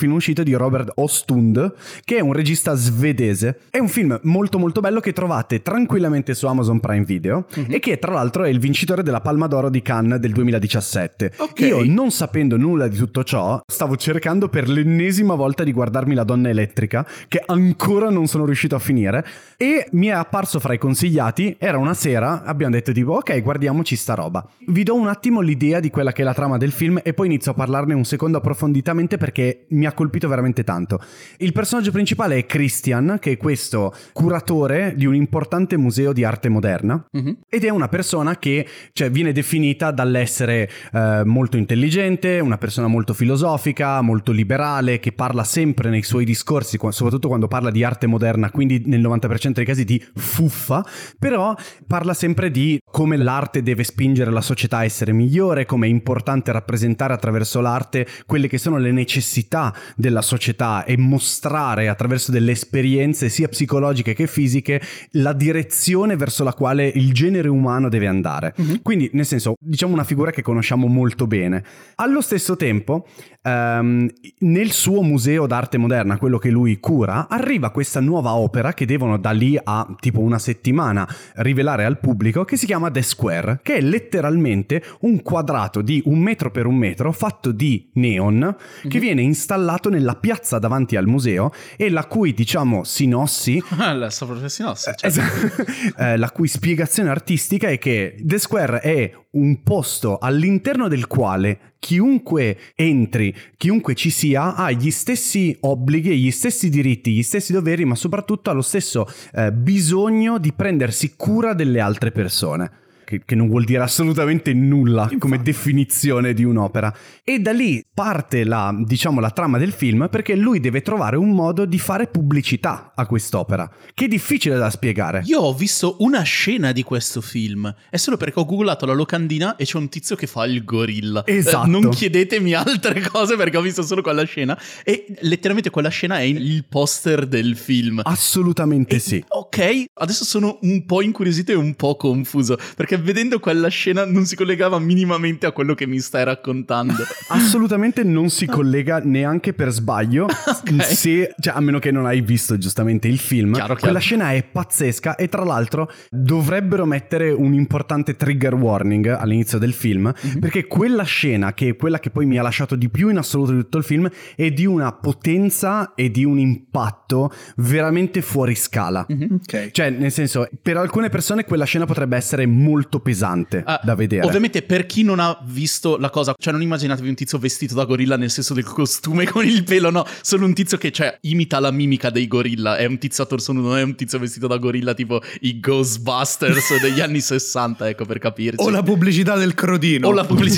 film uscito di Robert Östlund, che è un regista svedese. È un film molto molto bello che trovate tranquillamente su Amazon Prime Video e che tra l'altro è il vincitore della Palma d'Oro di Cannes del 2017. Io, non sapendo nulla di tutto ciò, stavo cercando per l'ennesima volta di guardarmi La Donna Elettrica, che ancora non sono riuscito a finire, e mi è apparso fra i consigliati. Era una sera, abbiamo detto tipo ok, guardiamoci sta roba. Vi do un attimo l'idea di quella che è la trama del film e poi inizio a parlarne un secondo approfonditamente perché mi ha colpito veramente tanto. Il personaggio principale è Christian, che è questo curatore di un importante museo di arte moderna, ed è una persona che, cioè, viene definita dall'essere molto intelligente, una persona molto filosofica, molto liberale, che parla sempre nei suoi discorsi, soprattutto quando parla di arte moderna, quindi nel 90% dei casi di fuffa, però parla sempre di come l'arte deve spingere la società a essere migliore, come è importante rappresentare attraverso l'arte quelle che sono le necessità della società e mostrare attraverso delle esperienze sia psicologiche che fisiche la direzione verso la quale il genere umano deve andare. Quindi, nel senso, diciamo una figura che conosciamo molto bene. Allo stesso tempo, nel suo museo d'arte moderna, quello che lui cura, arriva questa nuova opera che devono da lì a tipo una settimana rivelare al pubblico, che si chiama The Square, che è letteralmente un quadrato di 1 metro per 1 metro fatto di neon che viene installato nella piazza davanti al museo e la cui, diciamo, sinossi la cui spiegazione artistica è che The Square è un posto all'interno del quale chiunque entri, chiunque ci sia, ha gli stessi obblighi, gli stessi diritti, gli stessi doveri, ma soprattutto ha lo stesso bisogno di prendersi cura delle altre persone. Che non vuol dire assolutamente nulla come definizione di un'opera. E da lì parte la trama del film, perché lui deve trovare un modo di fare pubblicità a quest'opera, che è difficile da spiegare. Io ho visto una scena di questo film, è solo perché ho googlato la locandina e c'è un tizio che fa il gorilla. Esatto. Non chiedetemi altre cose perché ho visto solo quella scena, e letteralmente quella scena è il poster del film. Assolutamente sì. Ok, adesso sono un po' incuriosito e un po' confuso, perché vedendo quella scena non si collegava minimamente a quello che mi stai raccontando. Assolutamente non si collega neanche per sbaglio. Se, cioè, a meno che non hai visto giustamente il film. Chiaro. Quella scena è pazzesca e tra l'altro dovrebbero mettere un importante trigger warning all'inizio del film, perché quella scena, che è quella che poi mi ha lasciato di più in assoluto di tutto il film, è di una potenza e di un impatto veramente fuori scala. Ok. Cioè, nel senso, per alcune persone quella scena potrebbe essere molto pesante da vedere. Ovviamente, per chi non ha visto la cosa, cioè non immaginatevi un tizio vestito da gorilla nel senso del costume con il pelo, no, solo un tizio che, cioè, imita la mimica dei gorilla, è un tizio a torso nudo, non è un tizio vestito da gorilla tipo i Ghostbusters degli anni 60, ecco, per capirci. O la pubblicità del crodino.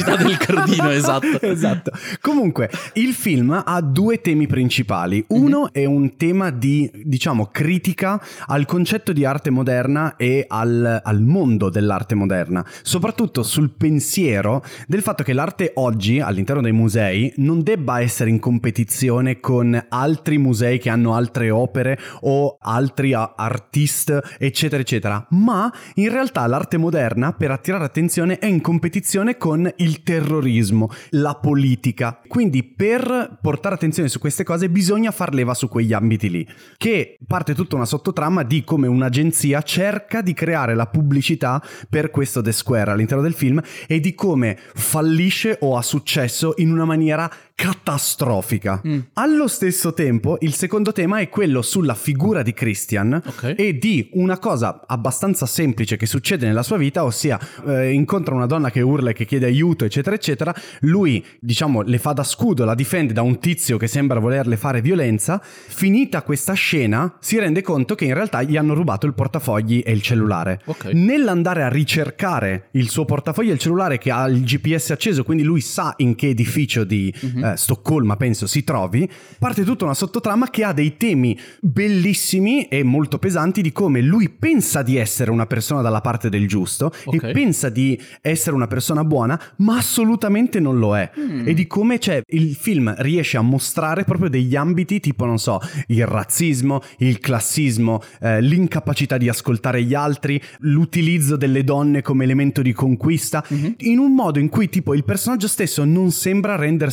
Esatto. Comunque, il film ha 2 temi principali. Uno è un tema di, diciamo, critica al concetto di arte moderna e al mondo dell'arte moderna, soprattutto sul pensiero del fatto che l'arte oggi all'interno dei musei non debba essere in competizione con altri musei che hanno altre opere o altri artist, eccetera eccetera, ma in realtà l'arte moderna, per attirare attenzione, è in competizione con il terrorismo, la politica. Quindi per portare attenzione su queste cose bisogna far leva su quegli ambiti lì, che parte tutta una sottotrama di come un'agenzia cerca di creare la pubblicità per questo The Square all'interno del film e di come fallisce o ha successo in una maniera catastrofica. Allo stesso tempo, il secondo tema è quello sulla figura di Christian e di una cosa abbastanza semplice che succede nella sua vita, ossia incontra una donna che urla e che chiede aiuto, eccetera eccetera. Lui, diciamo, le fa da scudo, la difende da un tizio che sembra volerle fare violenza. Finita questa scena, si rende conto che in realtà gli hanno rubato il portafogli e il cellulare. Nell'andare a ricercare il suo portafoglio e il cellulare, che ha il GPS acceso, quindi lui sa in che edificio di Stoccolma, penso, si trovi, parte tutta una sottotrama che ha dei temi bellissimi e molto pesanti di come lui pensa di essere una persona dalla parte del giusto e pensa di essere una persona buona, ma assolutamente non lo è. E di come, cioè, il film riesce a mostrare proprio degli ambiti tipo, non so, il razzismo, il classismo, l'incapacità di ascoltare gli altri, l'utilizzo delle donne come elemento di conquista, in un modo in cui tipo il personaggio stesso non sembra rendersene conto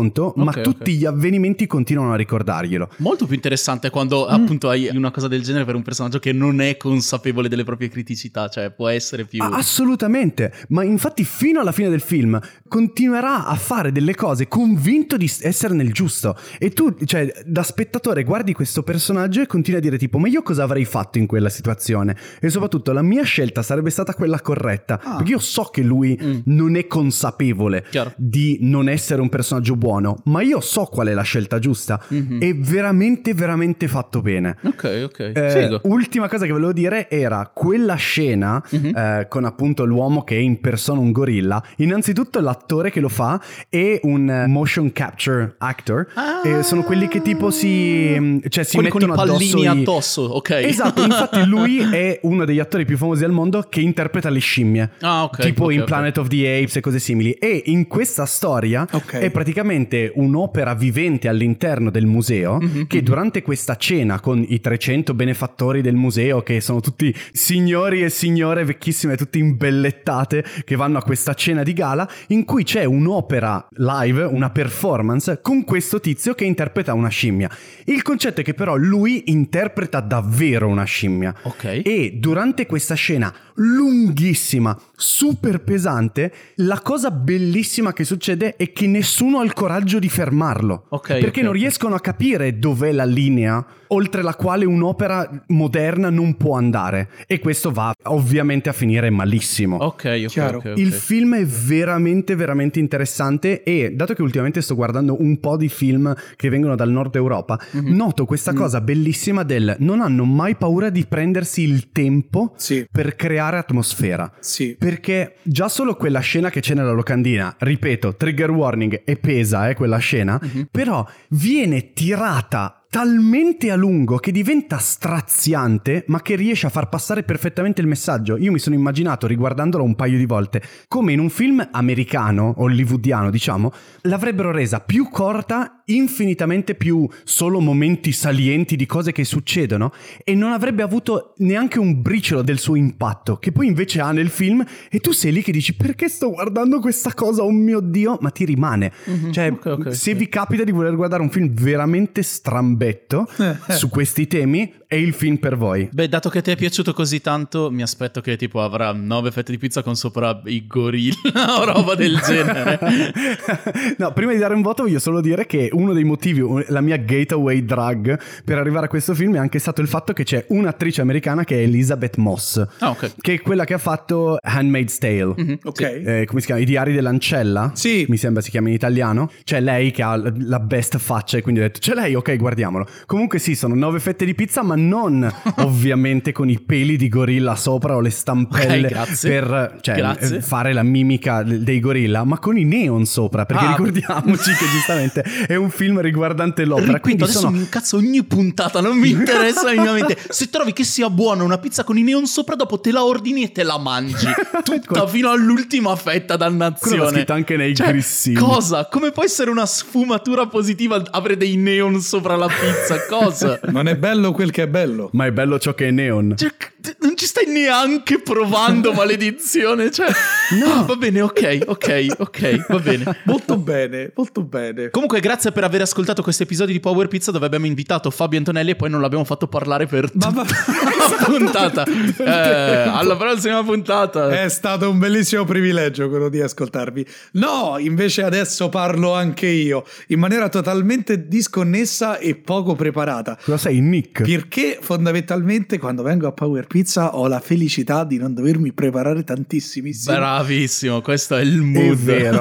conto, ma tutti gli avvenimenti continuano a ricordarglielo. Molto più interessante quando appunto hai una cosa del genere per un personaggio che non è consapevole delle proprie criticità, cioè può essere più... Assolutamente, ma infatti fino alla fine del film continuerà a fare delle cose convinto di essere nel giusto, e tu, cioè, da spettatore guardi questo personaggio e continui a dire tipo, ma io cosa avrei fatto in quella situazione? E soprattutto la mia scelta sarebbe stata quella corretta, perché io so che lui non è consapevole di non essere un personaggio buono, ma io so qual è la scelta giusta. È veramente veramente fatto bene. Figo. Ultima cosa che volevo dire era quella scena con appunto l'uomo che è in persona un gorilla. Innanzitutto l'attore che lo fa è un motion capture actor, e sono quelli che tipo si mettono con i pallini addosso, ok. Esatto, infatti lui è uno degli attori più famosi al mondo che interpreta le scimmie, tipo in Planet of the Apes e cose simili, e in questa storia è praticamente un'opera vivente all'interno del museo, che durante questa cena con i 300 benefattori del museo, che sono tutti signori e signore vecchissime tutte imbellettate, che vanno a questa cena di gala in cui c'è un'opera live, una performance con questo tizio che interpreta una scimmia. Il concetto è che però lui interpreta davvero una scimmia, e durante questa scena lunghissima, super pesante, la cosa bellissima che succede è che nessuno ha il coraggio di fermarlo, perché non riescono a capire dov'è la linea oltre la quale un'opera moderna non può andare, e questo va ovviamente a finire malissimo. Il film è veramente veramente interessante, e dato che ultimamente sto guardando un po' di film che vengono dal nord Europa, noto questa cosa bellissima del non hanno mai paura di prendersi il tempo per creare atmosfera, perché già solo quella scena che c'è nella locandina, ripeto, trigger warning, è pesa quella scena, però viene tirata talmente a lungo che diventa straziante, ma che riesce a far passare perfettamente il messaggio. Io mi sono immaginato, riguardandolo un paio di volte, come in un film americano, hollywoodiano diciamo, l'avrebbero resa più corta, infinitamente più solo momenti salienti di cose che succedono, e non avrebbe avuto neanche un briciolo del suo impatto, che poi invece ha nel film, e tu sei lì che dici perché sto guardando questa cosa, oh mio Dio, ma ti rimane. Se vi capita di voler guardare un film veramente strambetto su questi temi, è il film per voi. Beh, dato che ti è piaciuto così tanto, mi aspetto che tipo avrà 9 fette di pizza con sopra i gorilla o roba del genere. No, prima di dare un voto voglio solo dire che uno dei motivi, la mia gateway drug per arrivare a questo film è anche stato il fatto che c'è un'attrice americana che è Elizabeth Moss, che è quella che ha fatto Handmaid's Tale, come si chiama? I diari dell'ancella? Mi sembra si chiama in italiano. C'è lei che ha la best faccia, e quindi ho detto c'è lei, ok, guardiamolo. Comunque sono 9 fette di pizza, ma non ovviamente con i peli di gorilla sopra o le stampelle per fare la mimica dei gorilla, ma con i neon sopra, perché ricordiamoci che giustamente è un film riguardante l'opera. Quindi adesso mi incazzo ogni puntata, non mi interessa minimamente. Se trovi che sia buona una pizza con i neon sopra, dopo te la ordini e te la mangi tutta fino all'ultima fetta, dannazione. Quello l'ho scritto anche nei grissini. Cosa? Come può essere una sfumatura positiva avere dei neon sopra la pizza? Cosa? Non è bello quel che è bello, ma è bello ciò che è neon. Non ci stai neanche provando, maledizione. No, va bene, ok, va bene. Molto bene, molto bene. Comunque grazie per aver ascoltato questo episodio di Power Pizza, dove abbiamo invitato Fabio Antonelli e poi non l'abbiamo fatto parlare per la puntata. Alla prossima puntata. È stato un bellissimo privilegio quello di ascoltarvi. No, invece adesso parlo anche io in maniera totalmente disconnessa e poco preparata. Cosa sei, Nick? Perché fondamentalmente quando vengo a Power Pizza ho la felicità di non dovermi preparare tantissimissimo. Bravissimo, questo è il mood. È vero.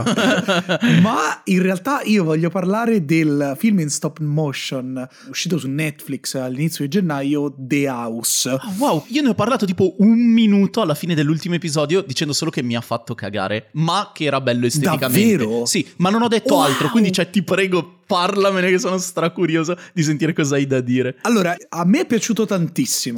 Ma in realtà io voglio parlare del film in stop motion uscito su Netflix all'inizio di gennaio, The House. Oh, wow, io ne ho parlato tipo un minuto alla fine dell'ultimo episodio dicendo solo che mi ha fatto cagare, ma che era bello esteticamente. Davvero? Sì, ma non ho detto altro, quindi ti prego, parlamene che sono stracurioso di sentire cosa hai da dire. Allora, a me è piaciuto tantissimo.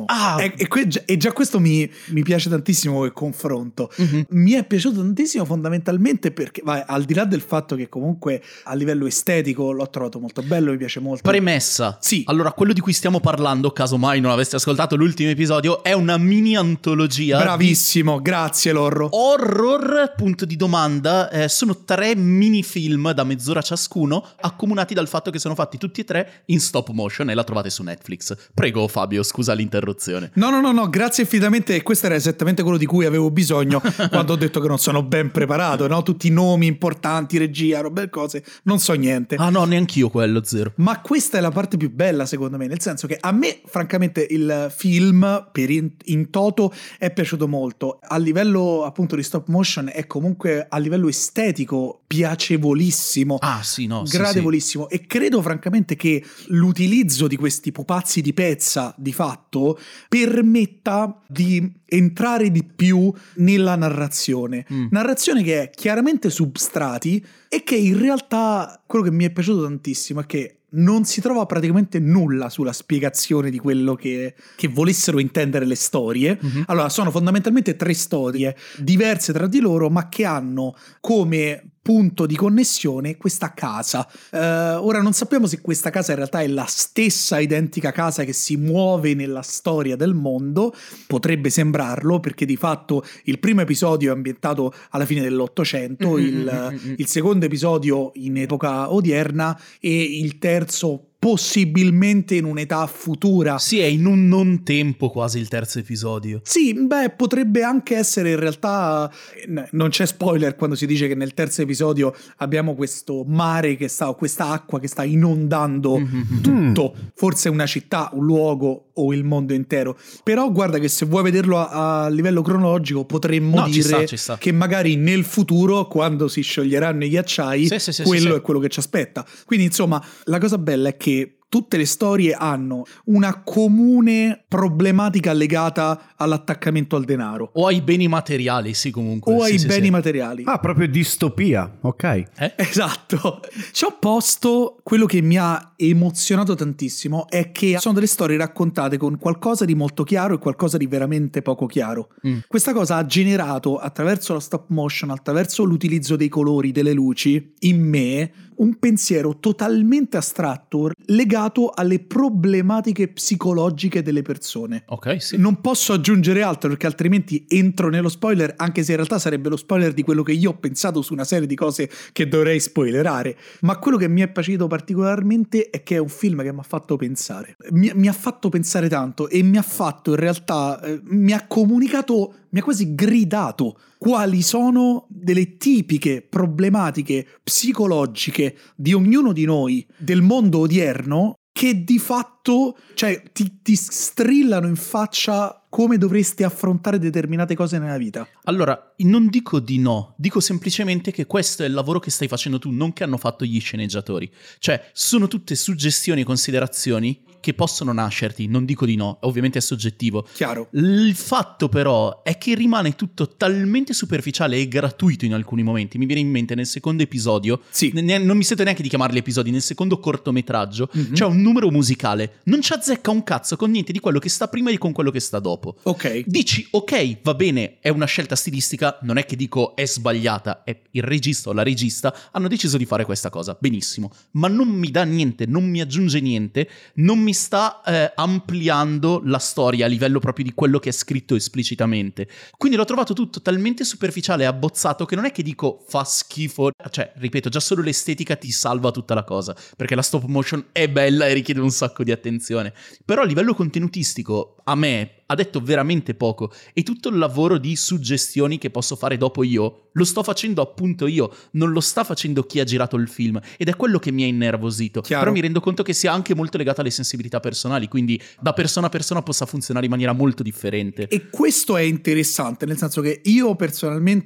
E già questo mi piace tantissimo come confronto. Mi è piaciuto tantissimo fondamentalmente perché, al di là del fatto che comunque a livello estetico l'ho trovato molto bello, mi piace molto. Premessa. Sì. Allora, quello di cui stiamo parlando, caso mai non aveste ascoltato l'ultimo episodio, è una mini antologia. Bravissimo, grazie Lorro. Horror, punto di domanda. Sono 3 mini film da mezz'ora ciascuno, accomunati dal fatto che sono fatti tutti e 3 in stop motion e la trovate su Netflix. Prego Fabio, scusa l'interruzione. No, grazie infinitamente. Questo era esattamente quello di cui avevo bisogno quando ho detto che non sono ben preparato, no? Tutti i nomi importanti, regia, robe, cose, non so niente. Ah no, neanch'io quello, zero. Ma questa è la parte più bella secondo me, nel senso che a me francamente il film per in toto è piaciuto molto. A livello appunto di stop motion è comunque a livello estetico piacevolissimo. Ah sì, no, gradevolissimo. Sì. E credo francamente che l'utilizzo di questi pupazzi di pezza di fatto permetta di entrare di più nella narrazione. Narrazione che è chiaramente substrati e che in realtà quello che mi è piaciuto tantissimo è che non si trova praticamente nulla sulla spiegazione di quello che volessero intendere le storie. Allora, sono fondamentalmente 3 storie diverse tra di loro, ma che hanno come punto di connessione questa casa. Ora non sappiamo se questa casa in realtà è la stessa identica casa che si muove nella storia del mondo, potrebbe sembrarlo perché di fatto il primo episodio è ambientato alla fine dell'Ottocento, il secondo episodio in epoca odierna e il terzo possibilmente in un'età futura. Sì, è in un non tempo quasi il terzo episodio. Sì, potrebbe anche essere in realtà, non c'è spoiler quando si dice che nel terzo episodio abbiamo questo mare che sta, o questa acqua che sta inondando tutto, forse una città, un luogo o il mondo intero. Però guarda che se vuoi vederlo a livello cronologico potremmo dire ci sta. che magari nel futuro, quando si scioglieranno i ghiacciai, quello è quello che ci aspetta. Quindi insomma la cosa bella è che tutte le storie hanno una comune problematica legata all'attaccamento al denaro. O ai beni materiali, sì, comunque. O ai beni materiali. Ah, proprio distopia, ok. Esatto. Ci ho posto quello che mi ha emozionato tantissimo è che sono delle storie raccontate con qualcosa di molto chiaro e qualcosa di veramente poco chiaro. Questa cosa ha generato, attraverso la stop motion, attraverso l'utilizzo dei colori, delle luci, in me un pensiero totalmente astratto legato alle problematiche psicologiche delle persone. Ok, sì. Non posso aggiungere altro perché altrimenti entro nello spoiler, anche se in realtà sarebbe lo spoiler di quello che io ho pensato su una serie di cose che dovrei spoilerare. Ma quello che mi è piaciuto particolarmente è che è un film che mi ha fatto pensare. Mi ha fatto pensare tanto e mi ha fatto in realtà, mi ha comunicato, mi ha quasi gridato quali sono delle tipiche problematiche psicologiche di ognuno di noi del mondo odierno che di fatto, cioè, ti strillano in faccia come dovresti affrontare determinate cose nella vita. Allora, non dico di no, dico semplicemente che questo è il lavoro che stai facendo tu, non che hanno fatto gli sceneggiatori. Cioè, sono tutte suggestioni e considerazioni che possono nascerti, non dico di no, ovviamente è soggettivo. Chiaro. Il fatto però è che rimane tutto talmente superficiale e gratuito in alcuni momenti. Mi viene in mente nel secondo episodio, sì. Non mi sento neanche di chiamarli episodi, nel secondo cortometraggio c'è un numero musicale, non ci azzecca un cazzo con niente di quello che sta prima e con quello che sta dopo. Ok. Dici, ok, va bene, è una scelta stilistica, non è che dico è sbagliata, è il regista o la regista hanno deciso di fare questa cosa, benissimo, ma non mi dà niente, non mi aggiunge niente, non mi sta ampliando la storia a livello proprio di quello che è scritto esplicitamente. Quindi l'ho trovato tutto talmente superficiale e abbozzato che non è che dico fa schifo, cioè, ripeto, già solo l'estetica ti salva tutta la cosa, perché la stop motion è bella e richiede un sacco di attenzione, però a livello contenutistico a me ha detto veramente poco, e tutto il lavoro di suggestioni che posso fare dopo io lo sto facendo appunto io, non lo sta facendo chi ha girato il film, ed è quello che mi ha innervosito. Chiaro. Però mi rendo conto che sia anche molto legato alle sensibilità personali, quindi da persona a persona possa funzionare in maniera molto differente. E questo è interessante, nel senso che io personalmente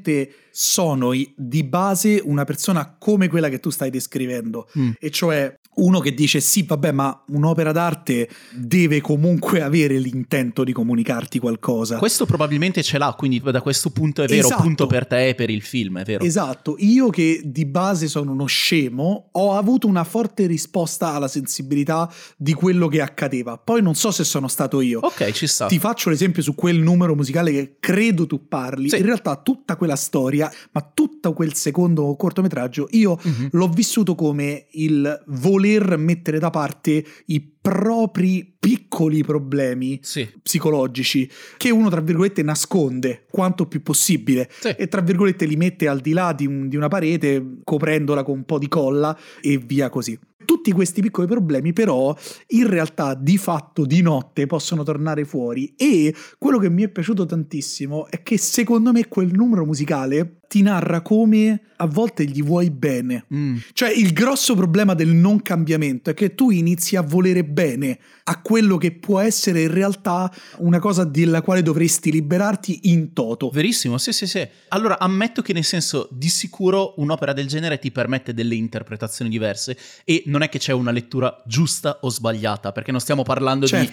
sono di base una persona come quella che tu stai descrivendo, e cioè uno che dice sì, vabbè, ma un'opera d'arte deve comunque avere l'intento di comunicarti qualcosa. Questo probabilmente ce l'ha, quindi da questo punto è vero, Esatto. punto per te e per il film, è vero. Esatto, io che di base sono uno scemo ho avuto una forte risposta alla sensibilità di quello che accadeva. Poi non so se sono stato io. Ok, ci sta. Ti faccio l'esempio su quel numero musicale che credo tu parli. Sì. In realtà tutta quella storia, ma tutto quel secondo cortometraggio, io l'ho vissuto come il voler mettere da parte i propri piccoli problemi psicologici che uno tra virgolette nasconde quanto più possibile e tra virgolette li mette al di là di una parete coprendola con un po' di colla e via così. Tutti questi piccoli problemi però in realtà di fatto di notte possono tornare fuori, e quello che mi è piaciuto tantissimo è che secondo me quel numero musicale ti narra come a volte gli vuoi bene. Cioè il grosso problema del non cambiamento è che tu inizi a volere bene a quello che può essere in realtà una cosa della quale dovresti liberarti in toto. Verissimo, sì. Allora ammetto che nel senso di sicuro un'opera del genere ti permette delle interpretazioni diverse e non è che c'è una lettura giusta o sbagliata, perché non stiamo parlando di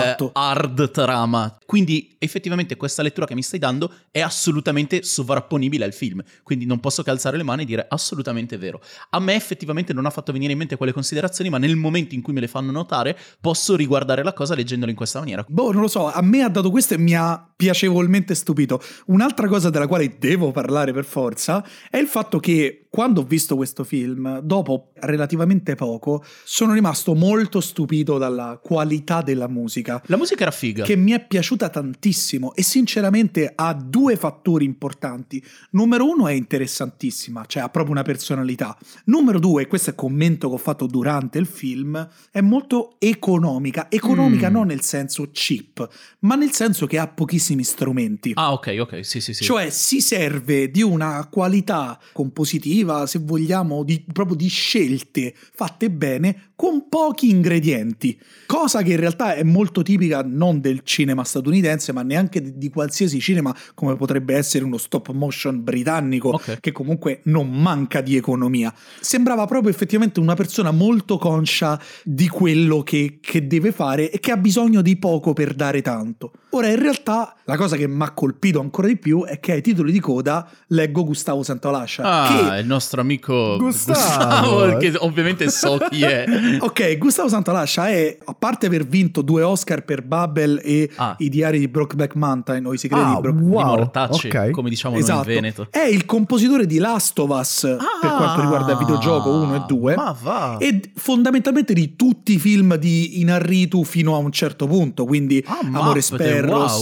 hard trama. Quindi effettivamente questa lettura che mi stai dando è assolutamente sovrapponibile al film, quindi non posso che alzare le mani e dire assolutamente vero. A me effettivamente non ha fatto venire in mente quelle considerazioni, ma nel momento in cui me le fanno notare posso riguardare la cosa leggendola in questa maniera. Non lo so, a me ha dato questo e mi ha piacevolmente stupito. Un'altra cosa della quale devo parlare per forza è il fatto che quando ho visto questo film, dopo relativamente poco, sono rimasto molto stupito dalla qualità della musica. La musica era figa, che mi è piaciuta tantissimo e sinceramente ha due fattori importanti. Numero uno, è interessantissima, cioè ha proprio una personalità. Numero due, questo è il commento che ho fatto durante il film, è molto economica non nel senso cheap, ma nel senso che ha pochissimi strumenti. Ah, ok, sì. Cioè si serve di una qualità compositiva, se vogliamo, proprio di scelte fatte bene con pochi ingredienti, cosa che in realtà è molto tipica non del cinema statunitense, ma neanche di qualsiasi cinema, come potrebbe essere uno stop motion britannico, che comunque non manca di economia. Sembrava proprio effettivamente una persona molto conscia di quello che deve fare e che ha bisogno di poco per dare tanto. Ora, in realtà, la cosa che mi ha colpito ancora di più è che ai titoli di coda leggo Gustavo Santaolalla. Che il nostro amico Gustavo, che ovviamente so chi è. Ok, Gustavo Santaolalla è, a parte aver vinto 2 Oscar per Babel e I diari di Brokeback Mountain, o I segreti di Brokeback Mountain, di Mortacci, come diciamo noi in Veneto. È il compositore di Last of Us per quanto riguarda il videogioco 1 e 2. Ma va. E fondamentalmente di tutti i film di Inarritu fino a un certo punto, quindi Amores Perros,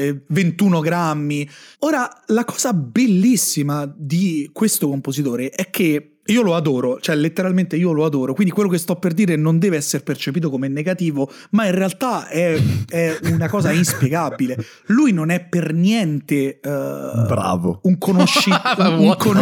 21 grammi. Ora, la cosa bellissima di questo compositore è che io lo adoro, cioè letteralmente io lo adoro, quindi quello che sto per dire non deve essere percepito come negativo, ma in realtà è una cosa inspiegabile. Lui non è per niente bravo, un conoscitore.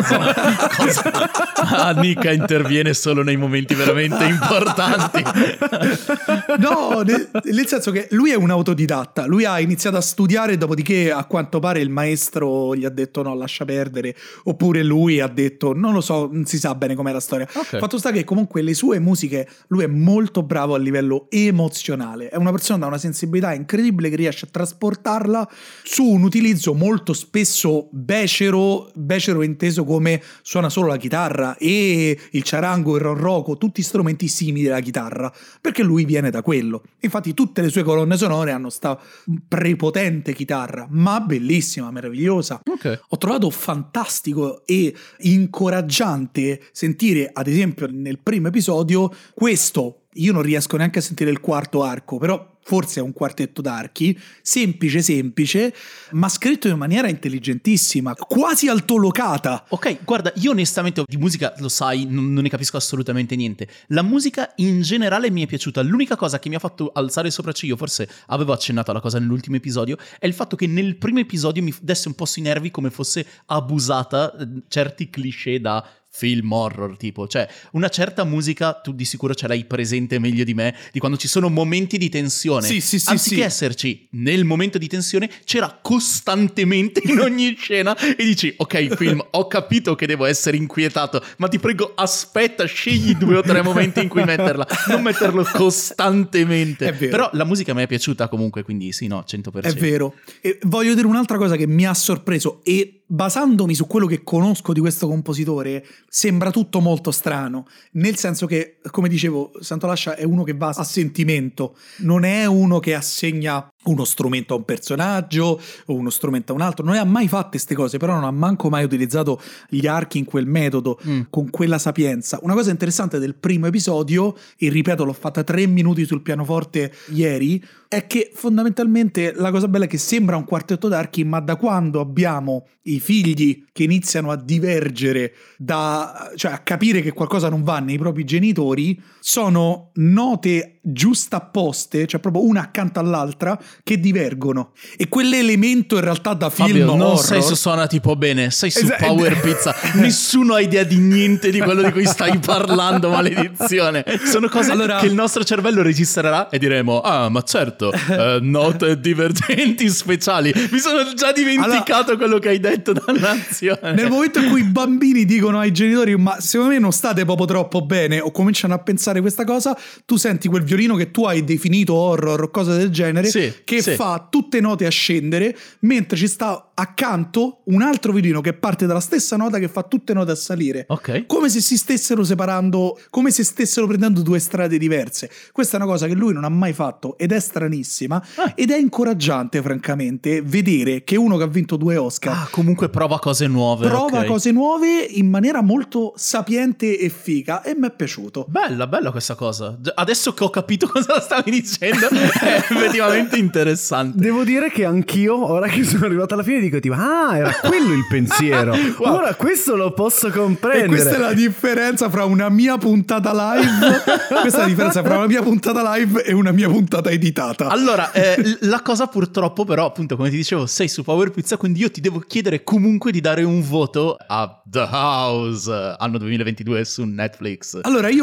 Nika interviene solo nei momenti veramente importanti. No, nel senso che lui è un autodidatta, lui ha iniziato a studiare, dopodiché a quanto pare il maestro gli ha detto no, lascia perdere, oppure lui ha detto non lo so, non si sa bene com'è la storia. Fatto sta che comunque le sue musiche lui è molto bravo a livello emozionale, è una persona da una sensibilità incredibile che riesce a trasportarla su un utilizzo molto spesso becero inteso come suona solo la chitarra e il charango, il ronroco, tutti strumenti simili alla chitarra, perché lui viene da quello. Infatti tutte le sue colonne sonore hanno sta prepotente chitarra, ma bellissima, meravigliosa. Ho trovato fantastico e incoraggiante sentire, ad esempio nel primo episodio, questo, io non riesco neanche a sentire il quarto arco, però forse è un quartetto d'archi, semplice, ma scritto in maniera intelligentissima, quasi altolocata. Ok, guarda, io onestamente di musica, lo sai, non ne capisco assolutamente niente. La musica in generale mi è piaciuta. L'unica cosa che mi ha fatto alzare il sopracciglio, forse avevo accennato alla cosa nell'ultimo episodio, è il fatto che nel primo episodio mi desse un po' sui nervi come fosse abusata certi cliché da film horror, tipo, cioè una certa musica tu di sicuro ce l'hai presente meglio di me, di quando ci sono momenti di tensione. Anziché esserci nel momento di tensione, c'era costantemente in ogni scena e dici ok film, ho capito che devo essere inquietato, ma ti prego aspetta, scegli 2 o 3 momenti in cui metterla, non metterlo costantemente. Però la musica mi è piaciuta comunque, quindi sì, no, 100%. È vero. E voglio dire un'altra cosa che mi ha sorpreso, e basandomi su quello che conosco di questo compositore sembra tutto molto strano, nel senso che, come dicevo, Santolascia è uno che va a sentimento, non è uno che assegna uno strumento a un personaggio o uno strumento a un altro, non ha mai fatto queste cose, però non ha manco mai utilizzato gli archi in quel metodo, con quella sapienza. Una cosa interessante del primo episodio, e ripeto l'ho fatta 3 minuti sul pianoforte ieri, è che fondamentalmente la cosa bella è che sembra un quartetto d'archi, ma da quando abbiamo i figli che iniziano a divergere, cioè a capire che qualcosa non va nei propri genitori, sono note giustapposte, cioè proprio una accanto all'altra, che divergono. E quell'elemento in realtà da film Fabio, non horror... sei su Suona Tipo Bene, sei su Power Pizza. Nessuno ha idea di niente di quello di cui stai parlando, maledizione. Sono cose che il nostro cervello registrerà e diremo ah ma certo, note divergenti speciali. Mi sono già dimenticato quello che hai detto, dannazione. Nel momento in cui i bambini dicono ai genitori ma secondo me non state proprio troppo bene, o cominciano a pensare questa cosa, tu senti quel violino che tu hai definito horror o cose del genere, che fa tutte note a scendere, mentre ci sta accanto un altro violino che parte dalla stessa nota che fa tutte note a salire, come se si stessero separando, come se stessero prendendo 2 strade diverse. Questa è una cosa che lui non ha mai fatto ed è stranissima, ed è incoraggiante francamente vedere che uno che ha vinto 2 Oscar comunque prova cose nuove, cose nuove in maniera molto sapiente e figa, e mi è piaciuto. Bella questa cosa. Adesso che ho capito cosa stavi dicendo è effettivamente interessante. Devo dire che anch'io, ora che sono arrivato alla fine, dico tipo era quello il pensiero. Wow. Ora questo lo posso comprendere. E questa è la differenza fra una mia puntata live questa è la differenza fra una mia puntata live e una mia puntata editata. Allora la cosa purtroppo però, appunto, come ti dicevo, sei su Power Pizza, quindi io ti devo chiedere comunque di dare un voto a The House, anno 2022 su Netflix. Allora io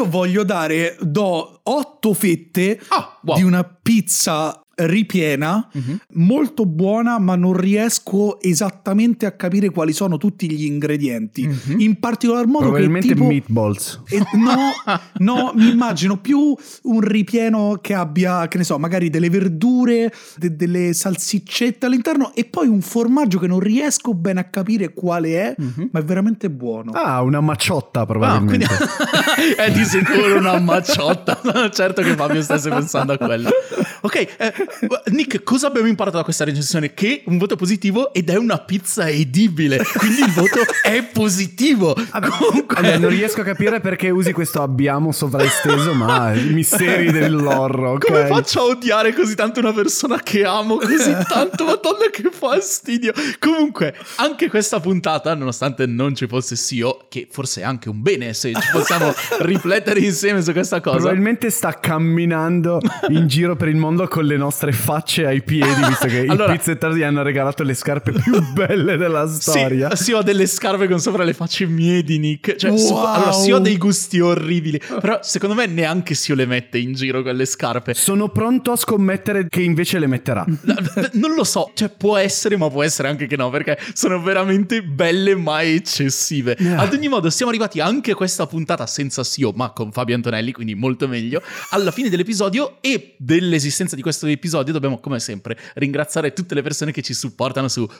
do 8 fette di una pizza ripiena, molto buona, ma non riesco esattamente a capire quali sono tutti gli ingredienti, in particolar modo probabilmente che tipo meatballs. No, mi immagino più un ripieno che abbia, che ne so, magari delle verdure, delle salsiccette all'interno, e poi un formaggio che non riesco bene a capire quale è, ma è veramente buono. Una maciotta probabilmente. Quindi... è di sicuro una maciotta. Certo che Fabio stesse pensando a quello. Ok, Nick, cosa abbiamo imparato da questa recensione? Che un voto positivo ed è una pizza edibile, quindi il voto è positivo. Comunque... non riesco a capire perché usi questo abbiamo sovraesteso, ma i misteri dell'horror. Come faccio a odiare così tanto una persona che amo così tanto? Madonna, che fastidio. Comunque, anche questa puntata, nonostante non ci fosse Sio, che forse è anche un bene se ci possiamo riflettere insieme su questa cosa, probabilmente sta camminando in giro per il mondo con le nostre facce ai piedi, visto che i pizzettari gli hanno regalato le scarpe più belle della storia. Sì, ho delle scarpe con sopra le facce mie di Nick. Cioè, allora, sì, ho dei gusti orribili, però secondo me neanche Sio le mette in giro quelle scarpe. Sono pronto a scommettere che invece le metterà. Non lo so, cioè può essere, ma può essere anche che no, perché sono veramente belle ma eccessive. Ad ogni modo, siamo arrivati anche a questa puntata senza Sio, ma con Fabio Antonelli, quindi molto meglio, alla fine dell'episodio, e dell'esistenza di questo episodio dobbiamo come sempre ringraziare tutte le persone che ci supportano su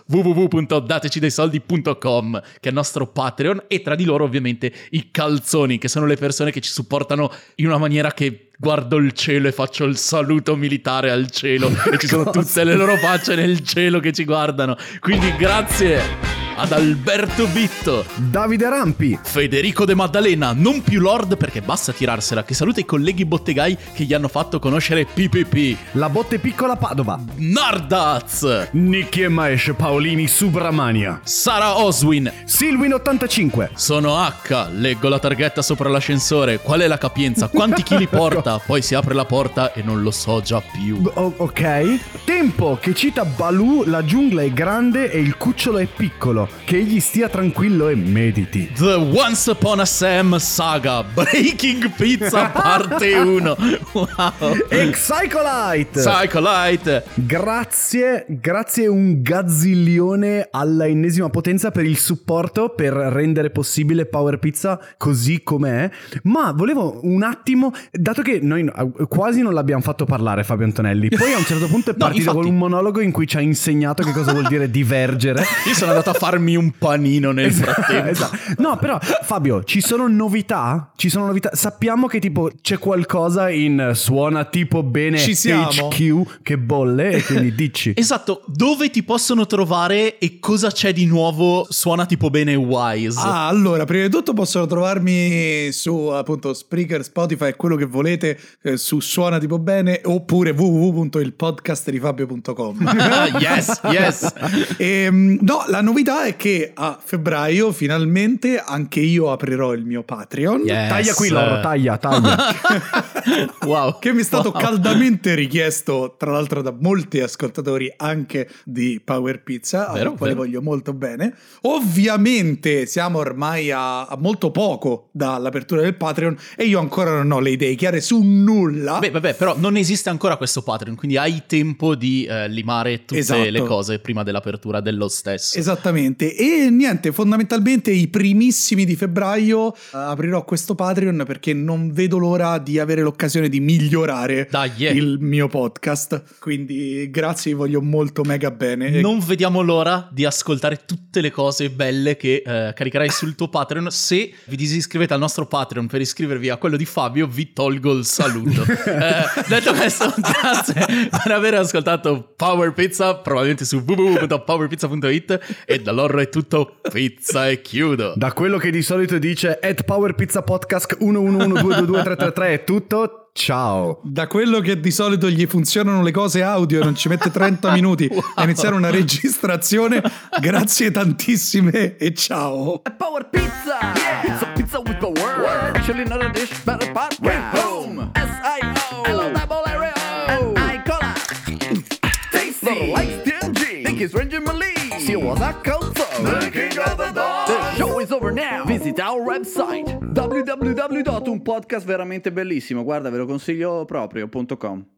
www.datecidesoldi.com, che è il nostro Patreon, e tra di loro ovviamente i calzoni, che sono le persone che ci supportano in una maniera che guardo il cielo e faccio il saluto militare al cielo e ci sono tutte le loro facce nel cielo che ci guardano. Quindi grazie ad Alberto Vitto, Davide Rampi, Federico De Maddalena, non più Lord perché basta tirarsela, che saluta i colleghi bottegai che gli hanno fatto conoscere PPP, La Botte Piccola Padova, Nardaz, Nicky e Maesh Paolini Subramania, Sara Oswin, Silwin 85. Sono H, leggo la targhetta sopra l'ascensore, qual è la capienza, quanti chili porta, poi si apre la porta e non lo so già più. Ok. Tempo, che cita Baloo, la giungla è grande e il cucciolo è piccolo. auguro che egli stia tranquillo e mediti. The Once Upon a Sam Saga Breaking Pizza parte 1. Wow. E Psycholite, grazie un gazzillione alla ennesima potenza per il supporto, per rendere possibile Power Pizza così com'è. Ma volevo un attimo, dato che noi quasi non l'abbiamo fatto parlare Fabio Antonelli, poi a un certo punto è partito con un monologo in cui ci ha insegnato che cosa vuol dire divergere. Io sono andato a farmi un panino nel frattempo. Esatto. No, però Fabio, ci sono novità? Sappiamo che tipo c'è qualcosa in suona tipo bene HQ che bolle, e quindi dici. Esatto, dove ti possono trovare e cosa c'è di nuovo suona tipo bene Wise? Allora, prima di tutto possono trovarmi su appunto Spreaker, Spotify, quello che volete, su Suona Tipo Bene, oppure www.ilpodcastrifabio.com. Yes. No, la novità è che a febbraio finalmente anche io aprirò il mio Patreon. Yes. Taglia qui Loro, taglia. Wow. Che mi è stato caldamente richiesto, tra l'altro, da molti ascoltatori anche di Power Pizza, ai quali voglio molto bene. Ovviamente siamo ormai a molto poco dall'apertura del Patreon e io ancora non ho le idee chiare su nulla. Vabbè, però non esiste ancora questo Patreon, quindi hai tempo di limare tutte le cose prima dell'apertura dello stesso. Esattamente. E niente, fondamentalmente i primissimi di febbraio aprirò questo Patreon, perché non vedo l'ora di avere l'occasione di migliorare il mio podcast. Quindi grazie, vi voglio molto mega bene. Non vediamo l'ora di ascoltare tutte le cose belle che caricherai sul tuo Patreon. Se vi disiscrivete al nostro Patreon per iscrivervi a quello di Fabio, vi tolgo il saluto. Detto questo, grazie per aver ascoltato Power Pizza, probabilmente su www.powerpizza.it, e da loro è tutto, pizza e chiudo. Da quello che di solito dice @PowerPizzaPodcast 1112223333 è tutto. Ciao. Da quello che di solito gli funzionano le cose audio e non ci mette 30 minuti a iniziare una registrazione, grazie tantissime e ciao. Power Pizza, it's a pizza with power. Chilling on a dish, better pot, boom. S-I-O, L-double-R-O, I-Cola. Tasty, little like stingy, think he's Ranger Malee. She was a cozo, the king of the dog. The show is over now. Visit our website www.unpodcastveramente bellissimo, guarda, ve lo consiglio proprio.com.